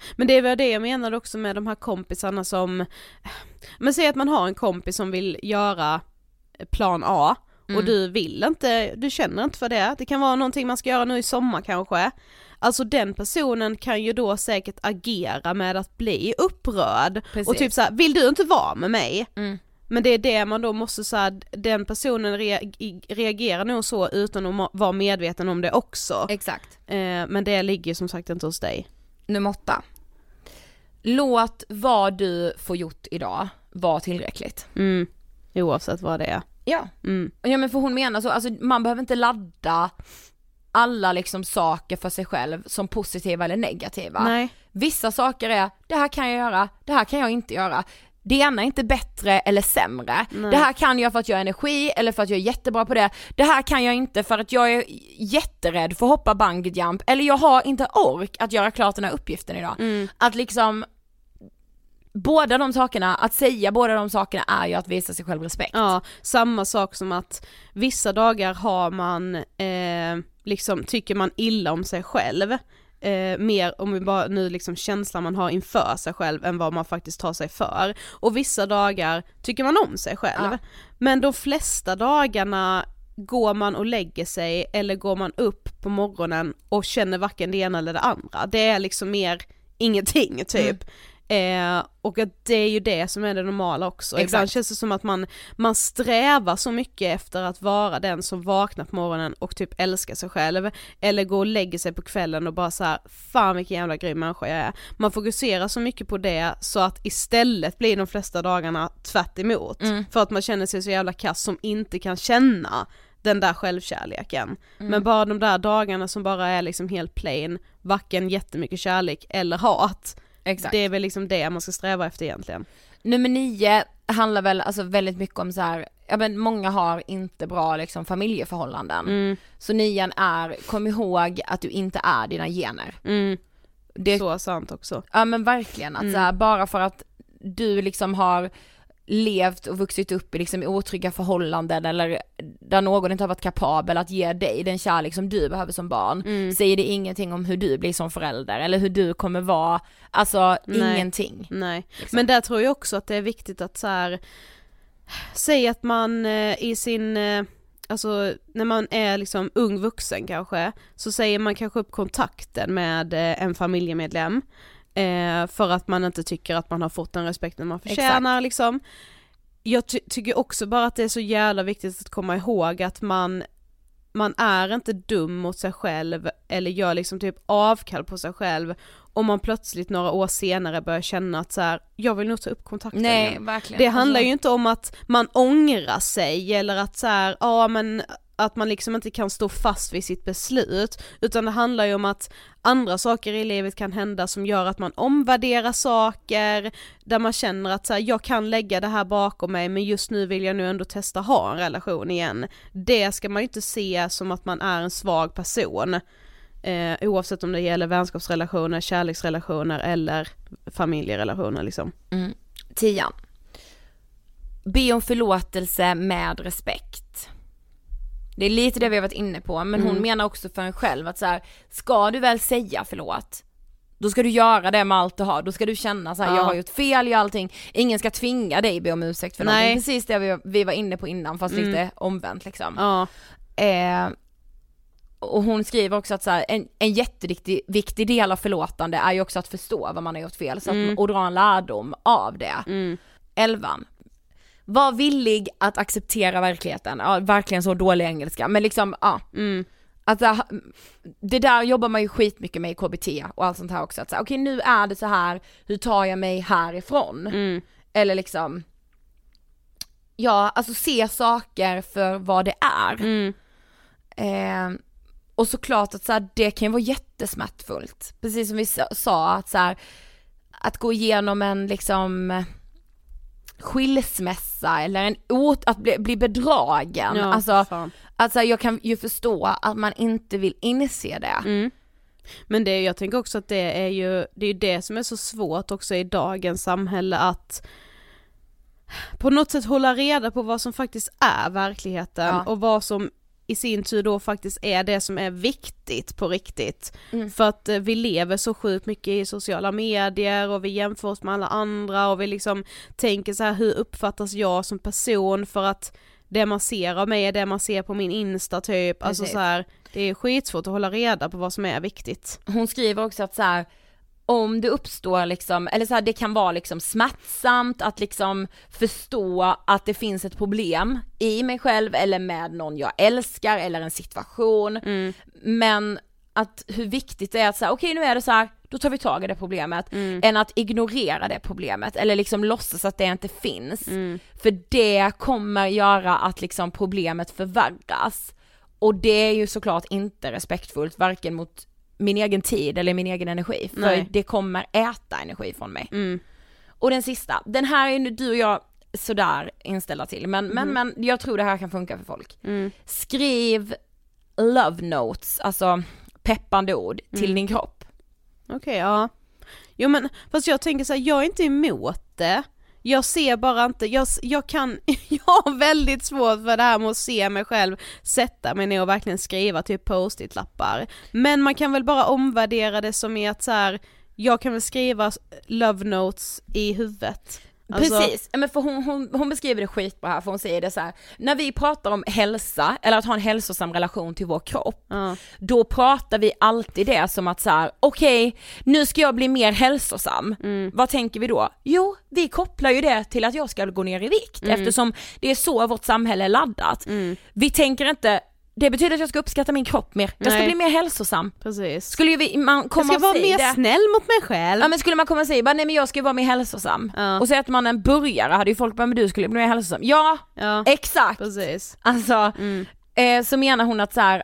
Men det var det jag menade också med de här kompisarna som, men säg att man har en kompis som vill göra plan A och du känner inte för det. Det kan vara någonting man ska göra nu i sommar kanske. Alltså den personen kan ju då säkert agera med att bli upprörd. Precis. Och typ så här, vill du inte vara med mig? Men det är det man då måste säga, den personen reagerar nog så utan att vara medveten om det också. Exakt. Men det ligger som sagt inte hos dig. Nummer 8. Låt vad du får gjort idag vara tillräckligt. Oavsett vad det är. Ja. Ja, men för hon menar så, alltså man behöver inte ladda alla liksom saker för sig själv som positiva eller negativa. Nej. Vissa saker är, det här kan jag göra, det här kan jag inte göra. Det ena är inte bättre eller sämre. Nej. Det här kan jag för att jag har energi eller för att jag är jättebra på det. Det här kan jag inte för att jag är jätterädd för att hoppa bungee jump eller jag har inte ork att göra klart den här uppgiften idag. Att liksom båda de sakerna, att säga båda de sakerna är ju att visa sig själv respekt. Ja, samma sak som att vissa dagar har man liksom tycker man illa om sig själv. Mer om vi bara nu liksom känslan man har inför sig själv än vad man faktiskt tar sig för. Och vissa dagar tycker man om sig själv. Ja. Men de flesta dagarna går man och lägger sig eller går man upp på morgonen och känner varken det ena eller det andra. Det är liksom mer ingenting typ. Och att det är ju det som är det normala också. Exakt. Ibland känns det som att man strävar så mycket efter att vara den som vaknar på morgonen och typ älskar sig själv, eller går och lägger sig på kvällen och bara så här, fan vilken jävla grym människa jag är. Man fokuserar så mycket på det så att istället blir de flesta dagarna tvärt emot. För att man känner sig så jävla kass som inte kan känna den där självkärleken. Men bara de där dagarna som bara är liksom helt plain, varken jättemycket kärlek eller hat. Exakt. Det är väl liksom det man ska sträva efter egentligen. Nummer 9 handlar väl alltså väldigt mycket om så här, ja men många har inte bra liksom familjeförhållanden. Så 9 är, kom ihåg att du inte är dina gener. Det så sant också. Ja men verkligen, att så här, bara för att du liksom har levt och vuxit upp i liksom otrygga förhållanden eller där någon inte har varit kapabel att ge dig den kärlek som du behöver som barn, säger det ingenting om hur du blir som förälder eller hur du kommer vara, alltså ingenting. Nej. Liksom. Men där tror jag också att det är viktigt att så här, säg att man i sin alltså när man är liksom ung vuxen kanske, så säger man kanske upp kontakten med en familjemedlem. För att man inte tycker att man har fått den respekten man förtjänar. Liksom. Jag tycker också bara att det är så jävla viktigt att komma ihåg att man är inte dum mot sig själv eller gör liksom typ avkall på sig själv om man plötsligt några år senare börjar känna att så här, jag vill nog ta upp kontakten. Nej, verkligen. Det handlar ju inte om att man ångrar sig eller att så här, ja men att man liksom inte kan stå fast vid sitt beslut, utan det handlar ju om att andra saker i livet kan hända som gör att man omvärderar saker, där man känner att så här, jag kan lägga det här bakom mig men just nu vill jag nu ändå testa ha en relation igen. Det ska man ju inte se som att man är en svag person, oavsett om det gäller vänskapsrelationer, kärleksrelationer eller familjerelationer liksom. 10. Be om förlåtelse med respekt. Det är lite det vi har varit inne på, men hon menar också för en själv att så här, ska du väl säga förlåt, då ska du göra det med allt du har. Då ska du känna så här, jag har gjort fel i allting. Ingen ska tvinga dig be om ursäkt för någonting. Precis det vi var inne på innan, fast lite omvänt liksom. Och hon skriver också att så här, en jätteviktig del av förlåtande är ju också att förstå vad man har gjort fel så att, och dra en lärdom av det. 11. Var villig att acceptera verkligheten. Ja, verkligen så dålig engelska. Men liksom, ja. Alltså, det där jobbar man ju skitmycket med i KBT och allt sånt här också. Att så, okej, nu är det så här. Hur tar jag mig härifrån? Eller liksom, ja, alltså se saker för vad det är. Och såklart att så här, det kan ju vara jättesmärtfullt. Precis som vi sa, att så här, att gå igenom en liksom skilsmässa eller att bli bedragen. Alltså jag kan ju förstå att man inte vill inse det. Men jag tänker också att det är ju det som är så svårt också i dagens samhälle, att på något sätt hålla reda på vad som faktiskt är verkligheten och vad som i sin tur då faktiskt är det som är viktigt på riktigt. För att vi lever så sjukt mycket i sociala medier och vi jämför oss med alla andra och vi liksom tänker så här, hur uppfattas jag som person, för att det man ser av mig är det man ser på min Insta typ. Precis. Alltså så här, det är skitsvårt att hålla reda på vad som är viktigt. Hon skriver också att så här, om det uppstår liksom, eller så här, det kan vara liksom smärtsamt att liksom förstå att det finns ett problem i mig själv eller med någon jag älskar eller en situation, men att hur viktigt det är att säga okej, nu är det så här, då tar vi tag i det problemet, än att ignorera det problemet eller liksom låtsas att det inte finns, för det kommer göra att liksom problemet förvärras, och det är ju såklart inte respektfullt varken mot min egen tid eller min egen energi, för det kommer äta energi från mig. Och den sista, den här är nu du och jag sådär inställda till, men jag tror det här kan funka för folk. Skriv love notes, alltså peppande ord till din kropp. Okej, ja. Jo men fast jag tänker så här, jag är inte emot det. Jag ser bara inte, jag har väldigt svårt för det här med att se mig själv sätta mig ner och verkligen skriva typ post-it-lappar. Men man kan väl bara omvärdera det som är att så här, jag kan väl skriva love notes i huvudet. Alltså... Precis, men för hon beskriver det skitbra här, för hon säger det så här: när vi pratar om hälsa eller att ha en hälsosam relation till vår kropp, då pratar vi alltid det som att så här: okej, nu ska jag bli mer hälsosam. Vad tänker vi då? Jo, vi kopplar ju det till att jag ska gå ner i vikt, eftersom det är så vårt samhälle är laddat. Vi tänker inte, det betyder att jag ska uppskatta min kropp mer. Jag ska bli mer hälsosam. Precis. Skulle ju man komma jag ska vara mer snäll mot mig själv. Ja, men skulle man komma och säga bara, nej men jag ska vara mer hälsosam. Och säga att man är en burgare, hade ju folk bara, men du skulle bli mer hälsosam. Ja. Exakt. Precis. Alltså, så menar hon att så här,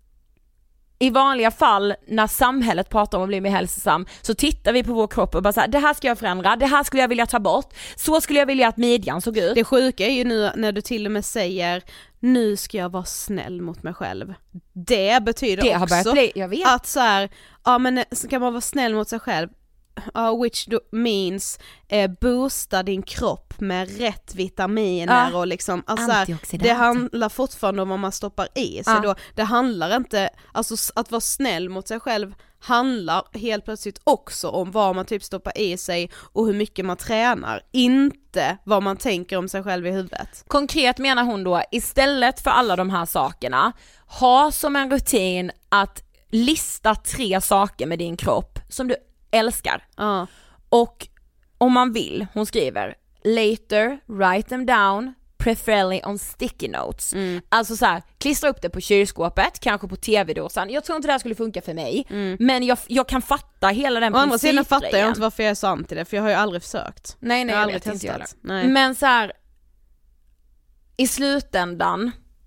i vanliga fall när samhället pratar om att bli mer hälsosam, så tittar vi på vår kropp och bara så här: det här ska jag förändra, det här skulle jag vilja ta bort, så skulle jag vilja att midjan såg ut. Det sjuka är ju nu när du till och med säger, nu ska jag vara snäll mot mig själv. Det betyder det också jag vet. Att så här, ja men ska man vara snäll mot sig själv, which means boosta din kropp med rätt vitaminer och liksom, alltså det handlar fortfarande om vad man stoppar i sig då. Det handlar inte, alltså att vara snäll mot sig själv handlar helt plötsligt också om vad man typ stoppar i sig och hur mycket man tränar, inte vad man tänker om sig själv i huvudet. Konkret menar hon då, istället för alla de här sakerna, ha som en rutin att lista 3 saker med din kropp som du älskar. Och om man vill, hon skriver, later, write them down, preferably on sticky notes. Alltså så här, klistra upp det på kylskåpet, kanske på tv-dåsan. Jag tror inte det här skulle funka för mig, men jag kan fatta hela den principen. Å andra sidan fattar jag inte varför jag är så anti det, för jag har ju aldrig försökt. Nej, jag aldrig vet inte testat. Men så här, i slutändan,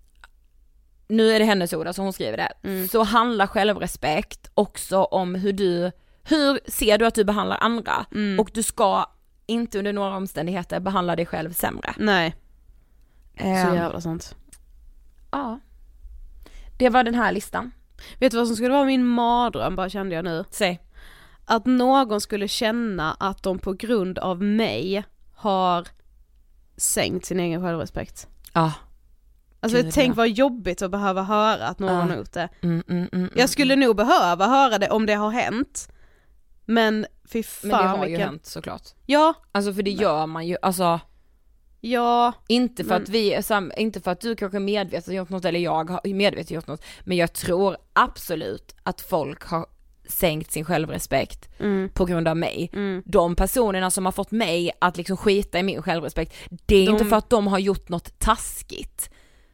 nu är det hennes ord, alltså hon skriver det, så handlar självrespekt också om hur ser du att du behandlar andra, och du ska inte under några omständigheter behandla dig själv sämre. Nej. Så jävla sånt. Ja. Det var den här listan. Vet du vad som skulle vara min mardröm, bara kände jag nu? Säg. Att någon skulle känna att de på grund av mig har sänkt sin egen självrespekt. Ja. Alltså tänk vad jobbigt att behöva höra att någon har gjort det. Jag skulle nog behöva höra det om det har hänt. Men fy fan. Men det har ju hänt såklart. Ja. Alltså för det gör man ju, alltså. Ja. Inte för att inte för att du kanske medvetet gjort något eller jag har medvetet gjort något, men jag tror absolut att folk har sänkt sin självrespekt på grund av mig. De personerna som har fått mig att liksom skita i min självrespekt, det är inte för att de har gjort något taskigt.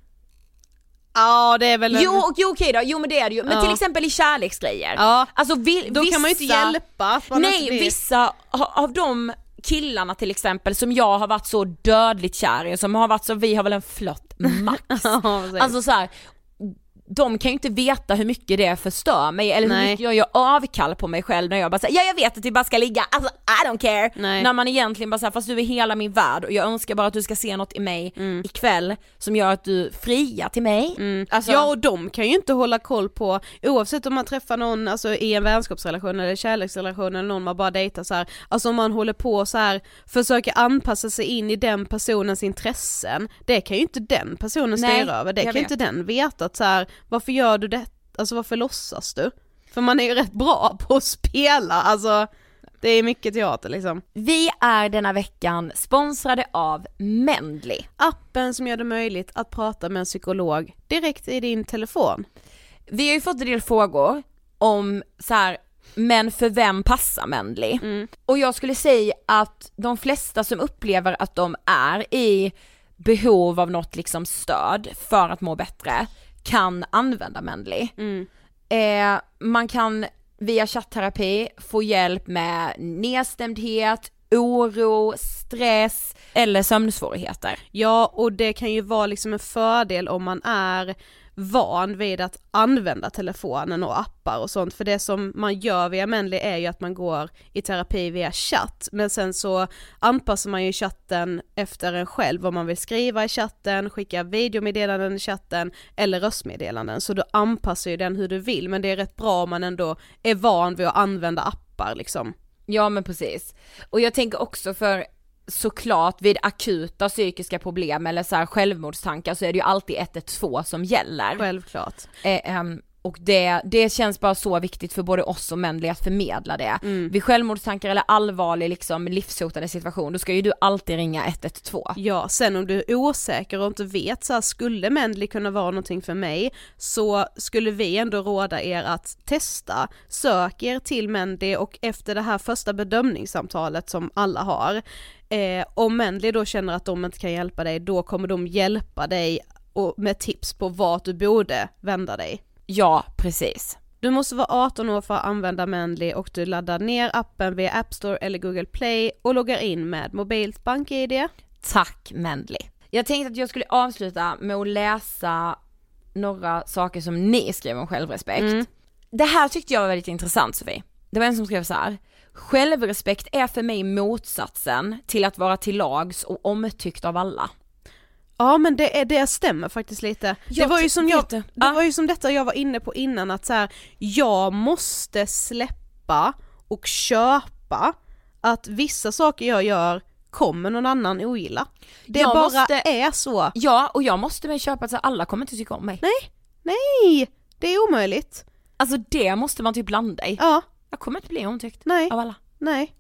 Ja, det är väl Jo, okej då. Jo, men det är det ju. Men till exempel i kärleksgrejer. Ja. Alltså då vissa, kan man ju inte hjälpa. Nej, vissa av de killarna till exempel som jag har varit så dödligt kär i, som har varit så, vi har väl en flott max. Alltså så här, de kan ju inte veta hur mycket det förstör mig eller hur mycket jag gör avkall på mig själv när jag bara säger jag vet att vi bara ska ligga, alltså I don't care. När man egentligen bara säger fast du är hela min värld och jag önskar bara att du ska se något i mig ikväll som gör att du friar till mig. Alltså, ja, och de kan ju inte hålla koll på, oavsett om man träffar någon alltså, i en vänskapsrelation eller kärleksrelation eller någon man bara dejtar så här. Alltså om man håller på så här, försöker anpassa sig in i den personens intressen, det kan ju inte den personen styra över, det kan ju inte den veta att så här, varför gör du det? Alltså varför låtsas du? För man är ju rätt bra på att spela, alltså det är mycket teater liksom. Vi är denna veckan sponsrade av Mendly. Appen som gör det möjligt att prata med en psykolog direkt i din telefon. Vi har ju fått en del frågor om så här, men för vem passar Mendly? Och jag skulle säga att de flesta som upplever att de är i behov av något liksom stöd för att må bättre kan använda Mendly. Man kan via chattterapi få hjälp med nedstämdhet, oro, stress eller sömnsvårigheter. Ja, och det kan ju vara liksom en fördel om man är van vid att använda telefonen och appar och sånt, för det som man gör via Mendly är ju att man går i terapi via chatt, men sen så anpassar man ju chatten efter en själv, vad man vill skriva i chatten, skicka videomeddelanden i chatten eller röstmeddelanden, så du anpassar ju den hur du vill, men det är rätt bra om man ändå är van vid att använda appar liksom. Ja men precis, och jag tänker också för såklart vid akuta psykiska problem eller så här självmordstankar så är det ju alltid 112 som gäller. Självklart. Och det känns bara så viktigt för både oss och Mendly att förmedla det. Vid självmordstankar eller allvarlig liksom livshotande situation, då ska ju du alltid ringa 112. Ja, sen om du är osäker och inte vet så här, skulle Mendly kunna vara någonting för mig, så skulle vi ändå råda er att testa. Sök er till Mendly och efter det här första bedömningssamtalet som alla har, om Mendly då känner att de inte kan hjälpa dig, då kommer de hjälpa dig och med tips på vart du borde vända dig. Ja, precis. Du måste vara 18 år för att använda Mendly och du laddar ner appen via App Store eller Google Play och loggar in med mobilt BankID. Tack Mendly. Jag tänkte att jag skulle avsluta med att läsa några saker som ni skrev om självrespekt. Det här tyckte jag var väldigt intressant, Sofie. Det var en som skrev så här: självrespekt är för mig motsatsen till att vara till lags och omtyckt av alla. Ja, men det stämmer faktiskt lite. Det var ju som detta jag var inne på innan, att så här, jag måste släppa och köpa att vissa saker jag gör kommer någon annan ogilla. Det är så. Ja, och jag måste väl köpa att alla kommer inte tycka om mig. Nej, det är omöjligt. Alltså det måste man typ blanda i. Ja. Jag kommer inte bli omtyckt av alla. Nej.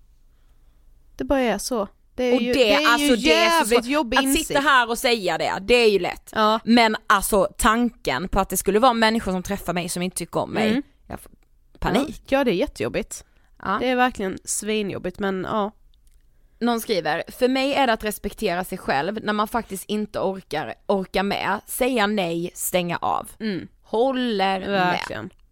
Det bara är så. Det är och ju, det är ju jävligt jobbig att insikt. sitta här och säga det är ju lätt. Ja. Men alltså tanken på att det skulle vara människor som träffar mig som inte tycker om mig, jag får panik. Ja, det är jättejobbigt. Ja. Det är verkligen svinjobbigt, men ja. Någon skriver: för mig är det att respektera sig själv när man faktiskt inte orkar med, säga nej, stänga av. Håller verkligen med.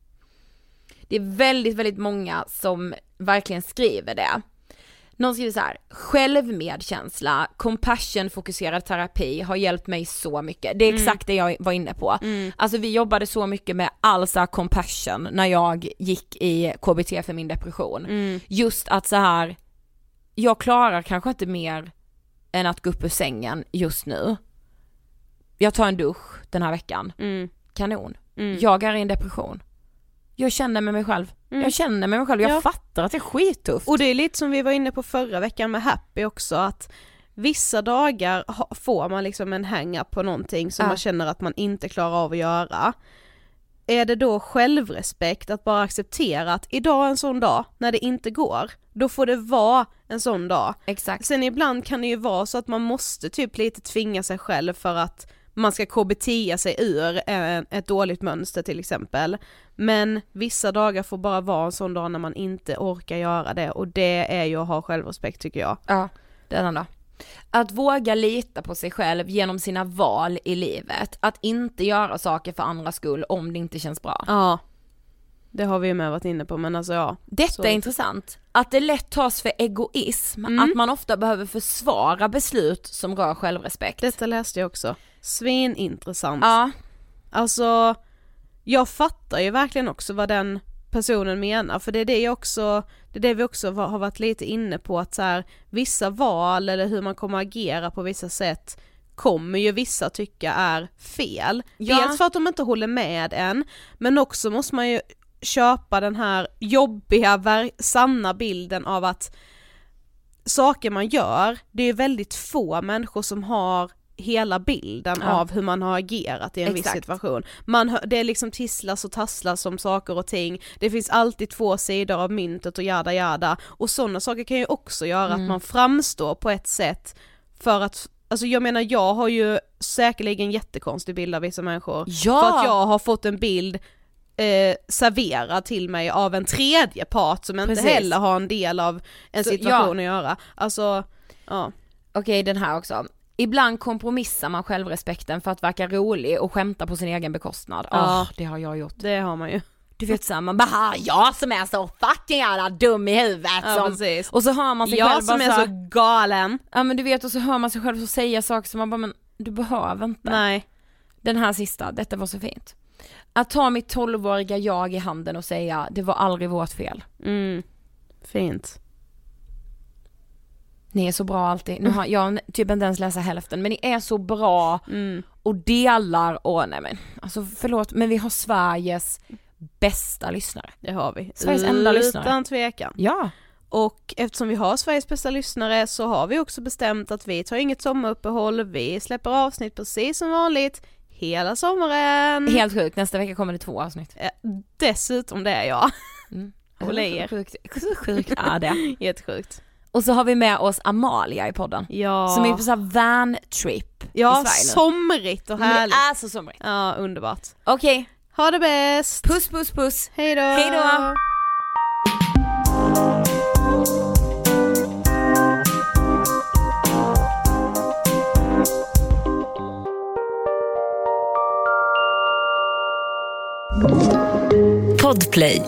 Det är väldigt, väldigt många som verkligen skriver det. Någon skriver så här: självmedkänsla, compassion-fokuserad terapi har hjälpt mig så mycket. Det är exakt det jag var inne på. Alltså vi jobbade så mycket med all så här compassion när jag gick i KBT för min depression. Just att så här, jag klarar kanske inte mer än att gå upp ur sängen just nu. Jag tar en dusch den här veckan. Kanon. Jag är i en depression. Jag känner med mig själv. Jag fattar att det är skittufft. Och det är lite som vi var inne på förra veckan med Happy också, att vissa dagar får man liksom en hang-up på någonting som man känner att man inte klarar av att göra. Är det då självrespekt att bara acceptera att idag är en sån dag när det inte går, då får det vara en sån dag. Exakt. Sen ibland kan det ju vara så att man måste typ lite tvinga sig själv för att man ska KBT-a sig ur ett dåligt mönster till exempel. Men vissa dagar får bara vara en sån dag när man inte orkar göra det, och det är ju att ha självrespekt, tycker jag. Ja, det är då. Att våga lita på sig själv genom sina val i livet. Att inte göra saker för andras skull om det inte känns bra. Ja, det har vi ju med varit inne på, men alltså ja. Detta är intressant. Att det lätt tas för egoism. Att man ofta behöver försvara beslut som rör självrespekt. Detta läste jag också. Svinintressant. Ja. Alltså, jag fattar ju verkligen också vad den personen menar, för det är det vi också har varit lite inne på, att så här, vissa val eller hur man kommer agera på vissa sätt kommer ju vissa tycka är fel. Dels för att de inte håller med en, men också måste man ju köpa den här jobbiga, sanna bilden av att saker man gör, det är väldigt få människor som har hela bilden av hur man har agerat i en viss situation. Det är liksom tisslas och tasslas om saker och ting. Det finns alltid två sidor av myntet och jada. Och sådana saker kan ju också göra att man framstår på ett sätt för att, alltså jag menar, jag har ju säkerligen jättekonstig bild av vissa människor. Ja. För att jag har fått en bild serverad till mig av en tredje part som inte heller har en del av en situation att göra. Alltså, ja. Okej, den här också. Ibland kompromissar man självrespekten för att verka rolig och skämta på sin egen bekostnad. Ja, det har jag gjort. Det har man ju. Du vet så här, man bara, jag som är så fucking jävla dum i huvudet. Ja, precis. Och så hör man sig jag själv som är så galen. Ja, men du vet, och så hör man sig själv så säga saker som man bara, men du behöver inte. Nej. Den här sista, detta var så fint. Att ta mitt 12-åriga jag i handen och säga, det var aldrig vårt fel. Fint. Ni är så bra alltid. Nu har jag typ inte ens läsa hälften, men ni är så bra och delar och nej men, alltså förlåt, men vi har Sveriges bästa lyssnare. Det har vi. Sveriges enda lyssnare. Utan tvekan. Ja. Och eftersom vi har Sveriges bästa lyssnare så har vi också bestämt att vi tar inget sommaruppehåll. Vi släpper avsnitt precis som vanligt hela sommaren. Helt sjukt, nästa vecka kommer det 2 avsnitt. Dessutom det är jag. Håll i er. Så sjukt är det. Jättesjukt. Och så har vi med oss Amalia i podden. Ja. Som är på så här van trip i Sverige nu. Somrigt och härligt. Men det är så somrigt. Ja, underbart. Okej. Ha det bäst. Puss, puss, puss. Hej då. Hej då. Podplay.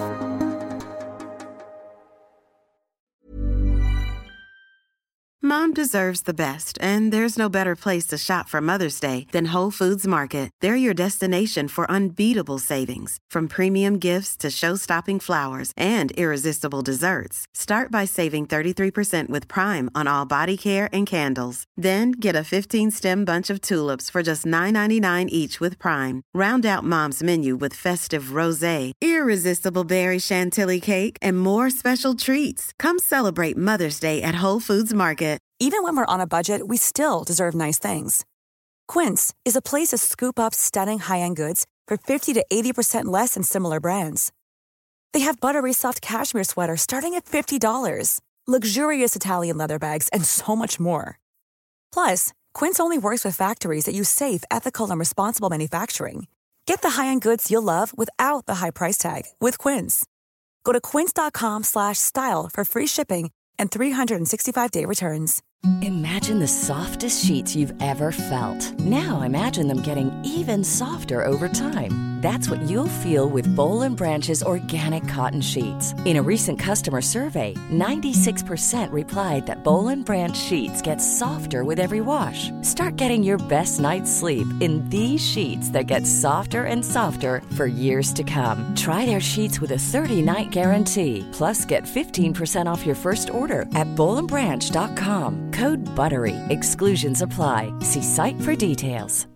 Mom deserves the best, and there's no better place to shop for Mother's Day than Whole Foods Market. They're your destination for unbeatable savings, from premium gifts to show-stopping flowers and irresistible desserts. Start by saving 33% with Prime on all body care and candles. Then get a 15-stem bunch of tulips for just $9.99 each with Prime. Round out Mom's menu with festive rosé, irresistible berry chantilly cake, and more special treats. Come celebrate Mother's Day at Whole Foods Market. Even when we're on a budget, we still deserve nice things. Quince is a place to scoop up stunning high-end goods for 50 to 80% less than similar brands. They have buttery soft cashmere sweaters starting at $50, luxurious Italian leather bags, and so much more. Plus, Quince only works with factories that use safe, ethical, and responsible manufacturing. Get the high-end goods you'll love without the high price tag with Quince. Go to quince.com/style for free shipping and 365-day returns. Imagine the softest sheets you've ever felt. Now imagine them getting even softer over time. That's what you'll feel with Boll & Branch's organic cotton sheets. In a recent customer survey, 96% replied that Boll & Branch sheets get softer with every wash. Start getting your best night's sleep in these sheets that get softer and softer for years to come. Try their sheets with a 30-night guarantee. Plus, get 15% off your first order at bollandbranch.com. Code BUTTERY. Exclusions apply. See site for details.